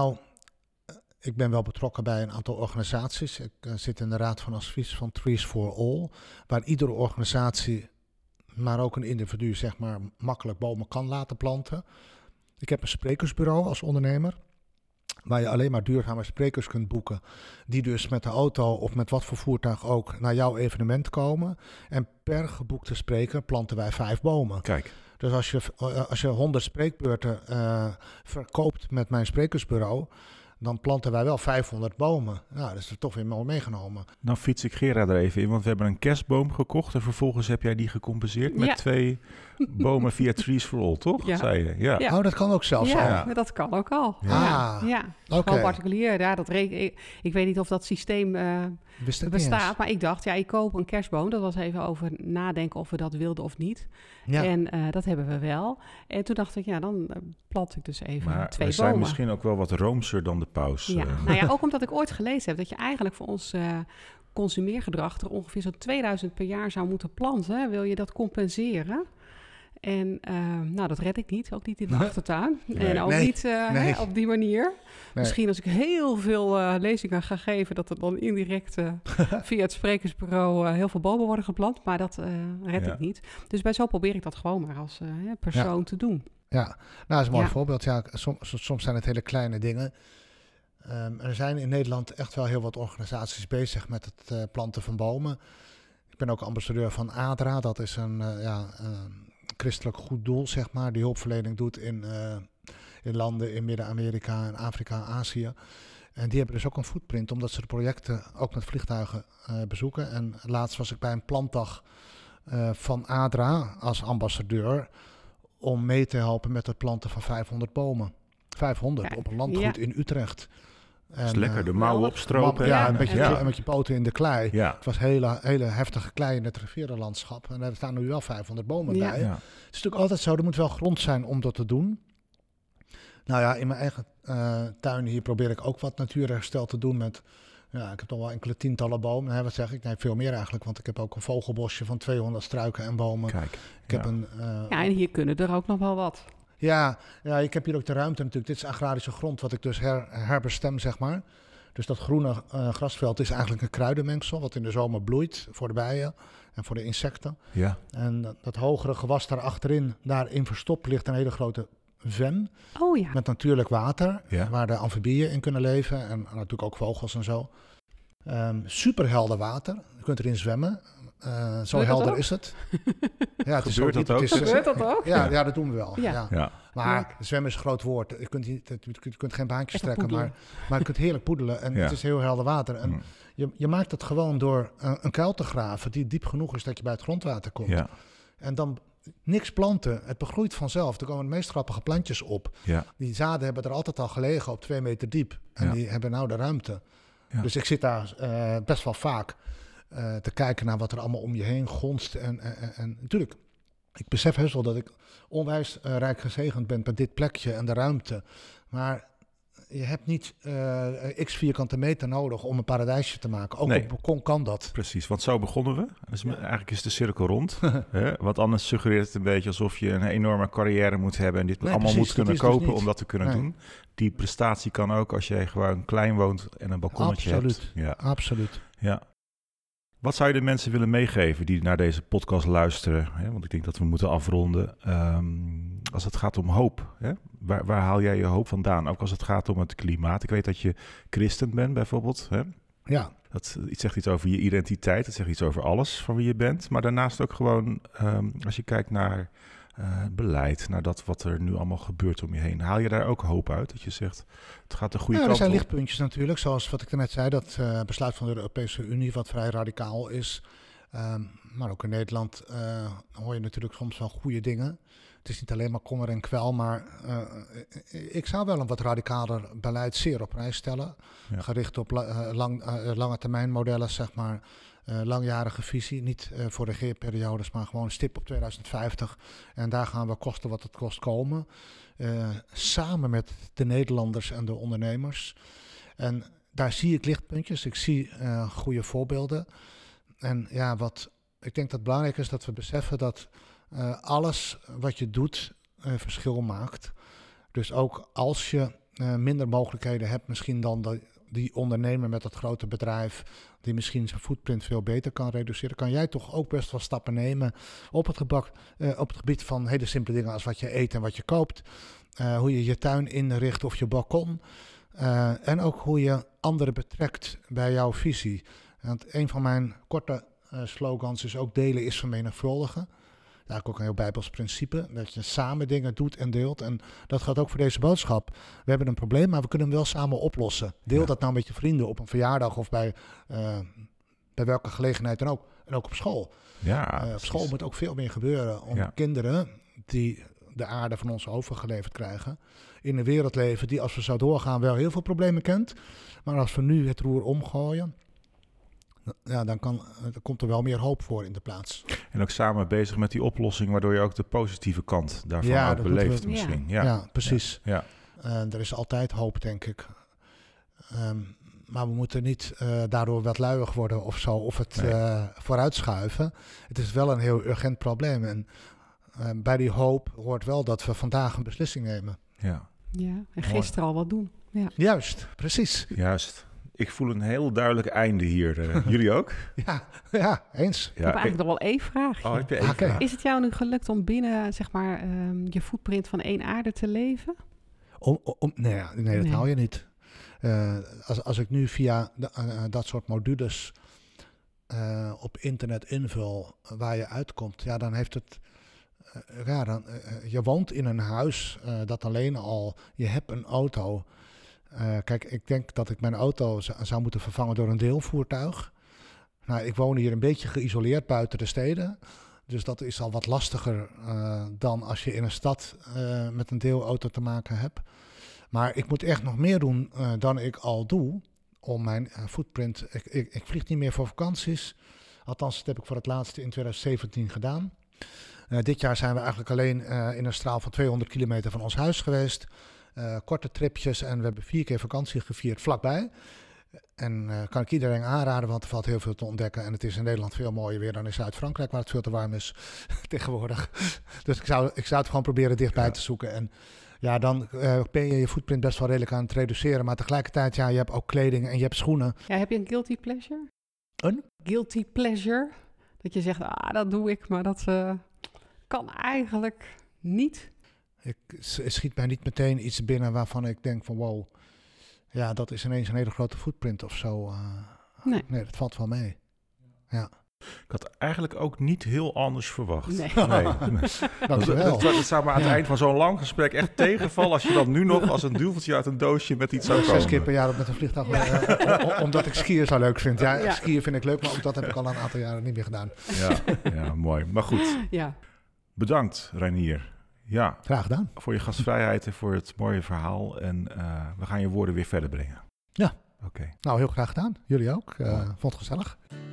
Ik ben wel betrokken bij een aantal organisaties. Ik zit in de raad van advies van Trees for All, waar iedere organisatie, maar ook een individu, zeg maar, makkelijk bomen kan laten planten. Ik heb een sprekersbureau als ondernemer, waar je alleen maar duurzame sprekers kunt boeken, die dus met de auto of met wat voor voertuig ook naar jouw evenement komen. En per geboekte spreker planten wij 5 bomen. Kijk. Dus als je 100 spreekbeurten verkoopt met mijn sprekersbureau, dan planten wij wel 500 bomen. Nou, dat is er toch weer mooi meegenomen. Dan fiets ik Gera er even in, want we hebben een kerstboom gekocht en vervolgens heb jij die gecompenseerd met 2 bomen via Trees for All, toch? Ja. Zei je? Ja. Oh, dat kan ook zelfs al. Ja, dat kan ook al. Ja. Gewoon particulier. Ja, ik weet niet of dat systeem bestaat, maar ik dacht, ik koop een kerstboom. Dat was even over nadenken of we dat wilden of niet. Ja. En dat hebben we wel. En toen dacht ik, dan plant ik dus even 2 bomen. Maar we zijn misschien ook wel wat roomser dan de paus. Ja, ook omdat ik ooit gelezen heb dat je eigenlijk voor ons consumeergedrag er ongeveer zo'n 2000 per jaar zou moeten planten. Wil je dat compenseren? En dat red ik niet, ook niet in de achtertuin. Nee. En ook niet op die manier. Nee. Misschien als ik heel veel lezingen ga geven, dat er dan indirect via het sprekersbureau heel veel bomen worden geplant. Maar dat red ik niet. Dus bij zo probeer ik dat gewoon maar als persoon te doen. Ja, dat is een mooi voorbeeld. Ja, soms zijn het hele kleine dingen. Er zijn in Nederland echt wel heel wat organisaties bezig met het planten van bomen. Ik ben ook ambassadeur van ADRA. Dat is een christelijk goed doel, zeg maar, die hulpverlening doet in landen in Midden-Amerika en Afrika en Azië. En die hebben dus ook een footprint, omdat ze de projecten ook met vliegtuigen bezoeken. En laatst was ik bij een plantdag van ADRA als ambassadeur om mee te helpen met het planten van 500 bomen. 500 op een landgoed in Utrecht. En, is lekker, de mouwen opstropen. En met je poten in de klei. Ja. Het was hele heftige klei in het rivierenlandschap. En daar staan nu wel 500 bomen bij. Ja. Het is natuurlijk altijd zo, er moet wel grond zijn om dat te doen. Nou ja, in mijn eigen tuin hier probeer ik ook wat natuurherstel te doen met... Ja, ik heb toch wel enkele tientallen bomen. Nee, wat zeg ik? Nee, veel meer eigenlijk. Want ik heb ook een vogelbosje van 200 struiken en bomen. Kijk. En hier kunnen er ook nog wel wat. Ja, ik heb hier ook de ruimte natuurlijk. Dit is agrarische grond wat ik dus herbestem, zeg maar. Dus dat groene grasveld is eigenlijk een kruidenmengsel... wat in de zomer bloeit voor de bijen en voor de insecten. Ja. En dat hogere gewas daar achterin, daarin verstopt ligt een hele grote ven. Oh ja. Met natuurlijk water, waar de amfibieën in kunnen leven. En natuurlijk ook vogels en zo. Superhelder water. Je kunt erin zwemmen. Zo helder is het. Ja, het is gebeurt dat ook? Gebeurt dat ook? Ja, dat doen we wel. Ja. Maar zwemmen is een groot woord. Je kunt geen baantjes trekken, maar je kunt heerlijk poedelen. En het is heel helder water. En je maakt het gewoon door een kuil te graven die diep genoeg is dat je bij het grondwater komt. Ja. En dan niks planten. Het begroeit vanzelf. Er komen de meest grappige plantjes op. Ja. Die zaden hebben er altijd al gelegen op 2 meter diep. En die hebben nou de ruimte. Ja. Dus ik zit daar best wel vaak te kijken naar wat er allemaal om je heen gonst. En natuurlijk, ik besef wel dat ik onwijs rijk gezegend ben met dit plekje en de ruimte. Maar je hebt niet x vierkante meter nodig om een paradijsje te maken. Ook op het balkon kan dat. Precies, want zo begonnen we. Dus eigenlijk is de cirkel rond. Hè? Want anders suggereert het een beetje alsof je een enorme carrière moet hebben... en dit allemaal moet kunnen kopen dus om dat te kunnen doen. Die prestatie kan ook als je gewoon klein woont en een balkonnetje hebt. Ja, absoluut. Ja. Wat zou je de mensen willen meegeven die naar deze podcast luisteren? Hè? Want ik denk dat we moeten afronden. Als het gaat om hoop, hè? Waar haal jij je hoop vandaan? Ook als het gaat om het klimaat. Ik weet dat je christen bent bijvoorbeeld. Hè? Ja. Dat zegt iets over je identiteit. Dat zegt iets over alles van wie je bent. Maar daarnaast ook gewoon, als je kijkt naar het beleid, naar dat wat er nu allemaal gebeurt om je heen. Haal je daar ook hoop uit? Dat je zegt, het gaat de goede kant op? Er zijn lichtpuntjes natuurlijk, zoals wat ik net zei, dat besluit van de Europese Unie, wat vrij radicaal is. Maar ook in Nederland hoor je natuurlijk soms wel goede dingen. Het is niet alleen maar kommer en kwel, maar ik zou wel een wat radicaler beleid zeer op prijs stellen. Ja. Gericht op lange termijn modellen, zeg maar. Langjarige visie, niet voor regeerperiodes, maar gewoon een stip op 2050. En daar gaan we kosten wat het kost komen. Samen met de Nederlanders en de ondernemers. En daar zie ik lichtpuntjes, ik zie goede voorbeelden. En ja, wat ik denk dat belangrijk is, dat we beseffen dat alles wat je doet verschil maakt. Dus ook als je minder mogelijkheden hebt misschien dan die ondernemer met dat grote bedrijf, die misschien zijn footprint veel beter kan reduceren, kan jij toch ook best wel stappen nemen op het gebied van hele simpele dingen als wat je eet en wat je koopt. Hoe je je tuin inricht of je balkon. En ook hoe je anderen betrekt bij jouw visie. Want een van mijn korte slogans is ook delen is vermenigvuldigen. Eigenlijk ook een heel Bijbels principe, dat je samen dingen doet en deelt. En dat geldt ook voor deze boodschap. We hebben een probleem, maar we kunnen hem wel samen oplossen. Deel dat nou met je vrienden op een verjaardag of bij welke gelegenheid dan ook. En ook op school. Ja, op school moet ook veel meer gebeuren om kinderen die de aarde van ons overgeleverd krijgen, in een wereld leven die als we zo doorgaan wel heel veel problemen kent. Maar als we nu het roer omgooien, ja, dan komt er wel meer hoop voor in de plaats. En ook samen bezig met die oplossing, waardoor je ook de positieve kant daarvan ook beleeft misschien. Ja, precies. Ja. Er is altijd hoop, denk ik. Maar we moeten niet daardoor wat luiig worden of zo, of het vooruitschuiven. Het is wel een heel urgent probleem. En bij die hoop hoort wel dat we vandaag een beslissing nemen. Ja, en gisteren al wat doen. Ja. Juist, precies. Juist. Ik voel een heel duidelijk einde hier. Jullie ook? Ja, eens. Ik heb eigenlijk nog wel één vraag. Oh, heb je één vraag? Is het jou nu gelukt om binnen, zeg maar, je footprint van één aarde te leven? Nee, dat haal je niet. Als ik nu via dat soort modules op internet invul waar je uitkomt, ja, dan heeft het... je woont in een huis, dat alleen al... Je hebt een auto... Kijk, ik denk dat ik mijn auto zou moeten vervangen door een deelvoertuig. Nou, ik woon hier een beetje geïsoleerd buiten de steden. Dus dat is al wat lastiger dan als je in een stad met een deelauto te maken hebt. Maar ik moet echt nog meer doen dan ik al doe om mijn footprint... Ik vlieg niet meer voor vakanties. Althans, dat heb ik voor het laatste in 2017 gedaan. Dit jaar zijn we eigenlijk alleen in een straal van 200 kilometer van ons huis geweest. Korte tripjes en we hebben 4 keer vakantie gevierd vlakbij. En kan ik iedereen aanraden, want er valt heel veel te ontdekken. En het is in Nederland veel mooier weer dan in Zuid-Frankrijk, waar het veel te warm is tegenwoordig. Dus ik zou het gewoon proberen dichtbij te zoeken. En ja, dan ben je je footprint best wel redelijk aan het reduceren. Maar tegelijkertijd, ja, je hebt ook kleding en je hebt schoenen. Ja, heb je een guilty pleasure? Een? Guilty pleasure? Dat je zegt, dat doe ik, maar dat kan eigenlijk niet. Ik schiet mij niet meteen iets binnen waarvan ik denk van wow, ja, dat is ineens een hele grote footprint of zo. Nee, dat valt wel mee. Ja. Ik had eigenlijk ook niet heel anders verwacht. Nee. Dankjewel. Dat zou maar aan het eind van zo'n lang gesprek echt tegenvallen als je dan nu nog als een duveltje uit een doosje met iets zou komen. 6 keer per jaar met een vliegtuig, omdat ik skiën zo leuk vind. Ja, skiën vind ik leuk, maar ook dat heb ik al een aantal jaren niet meer gedaan. Ja, mooi. Maar goed. Ja. Bedankt, Reinier. Ja, graag gedaan. Voor je gastvrijheid en voor het mooie verhaal. En we gaan je woorden weer verder brengen. Ja. Oké. Nou, heel graag gedaan. Jullie ook. Vond het gezellig.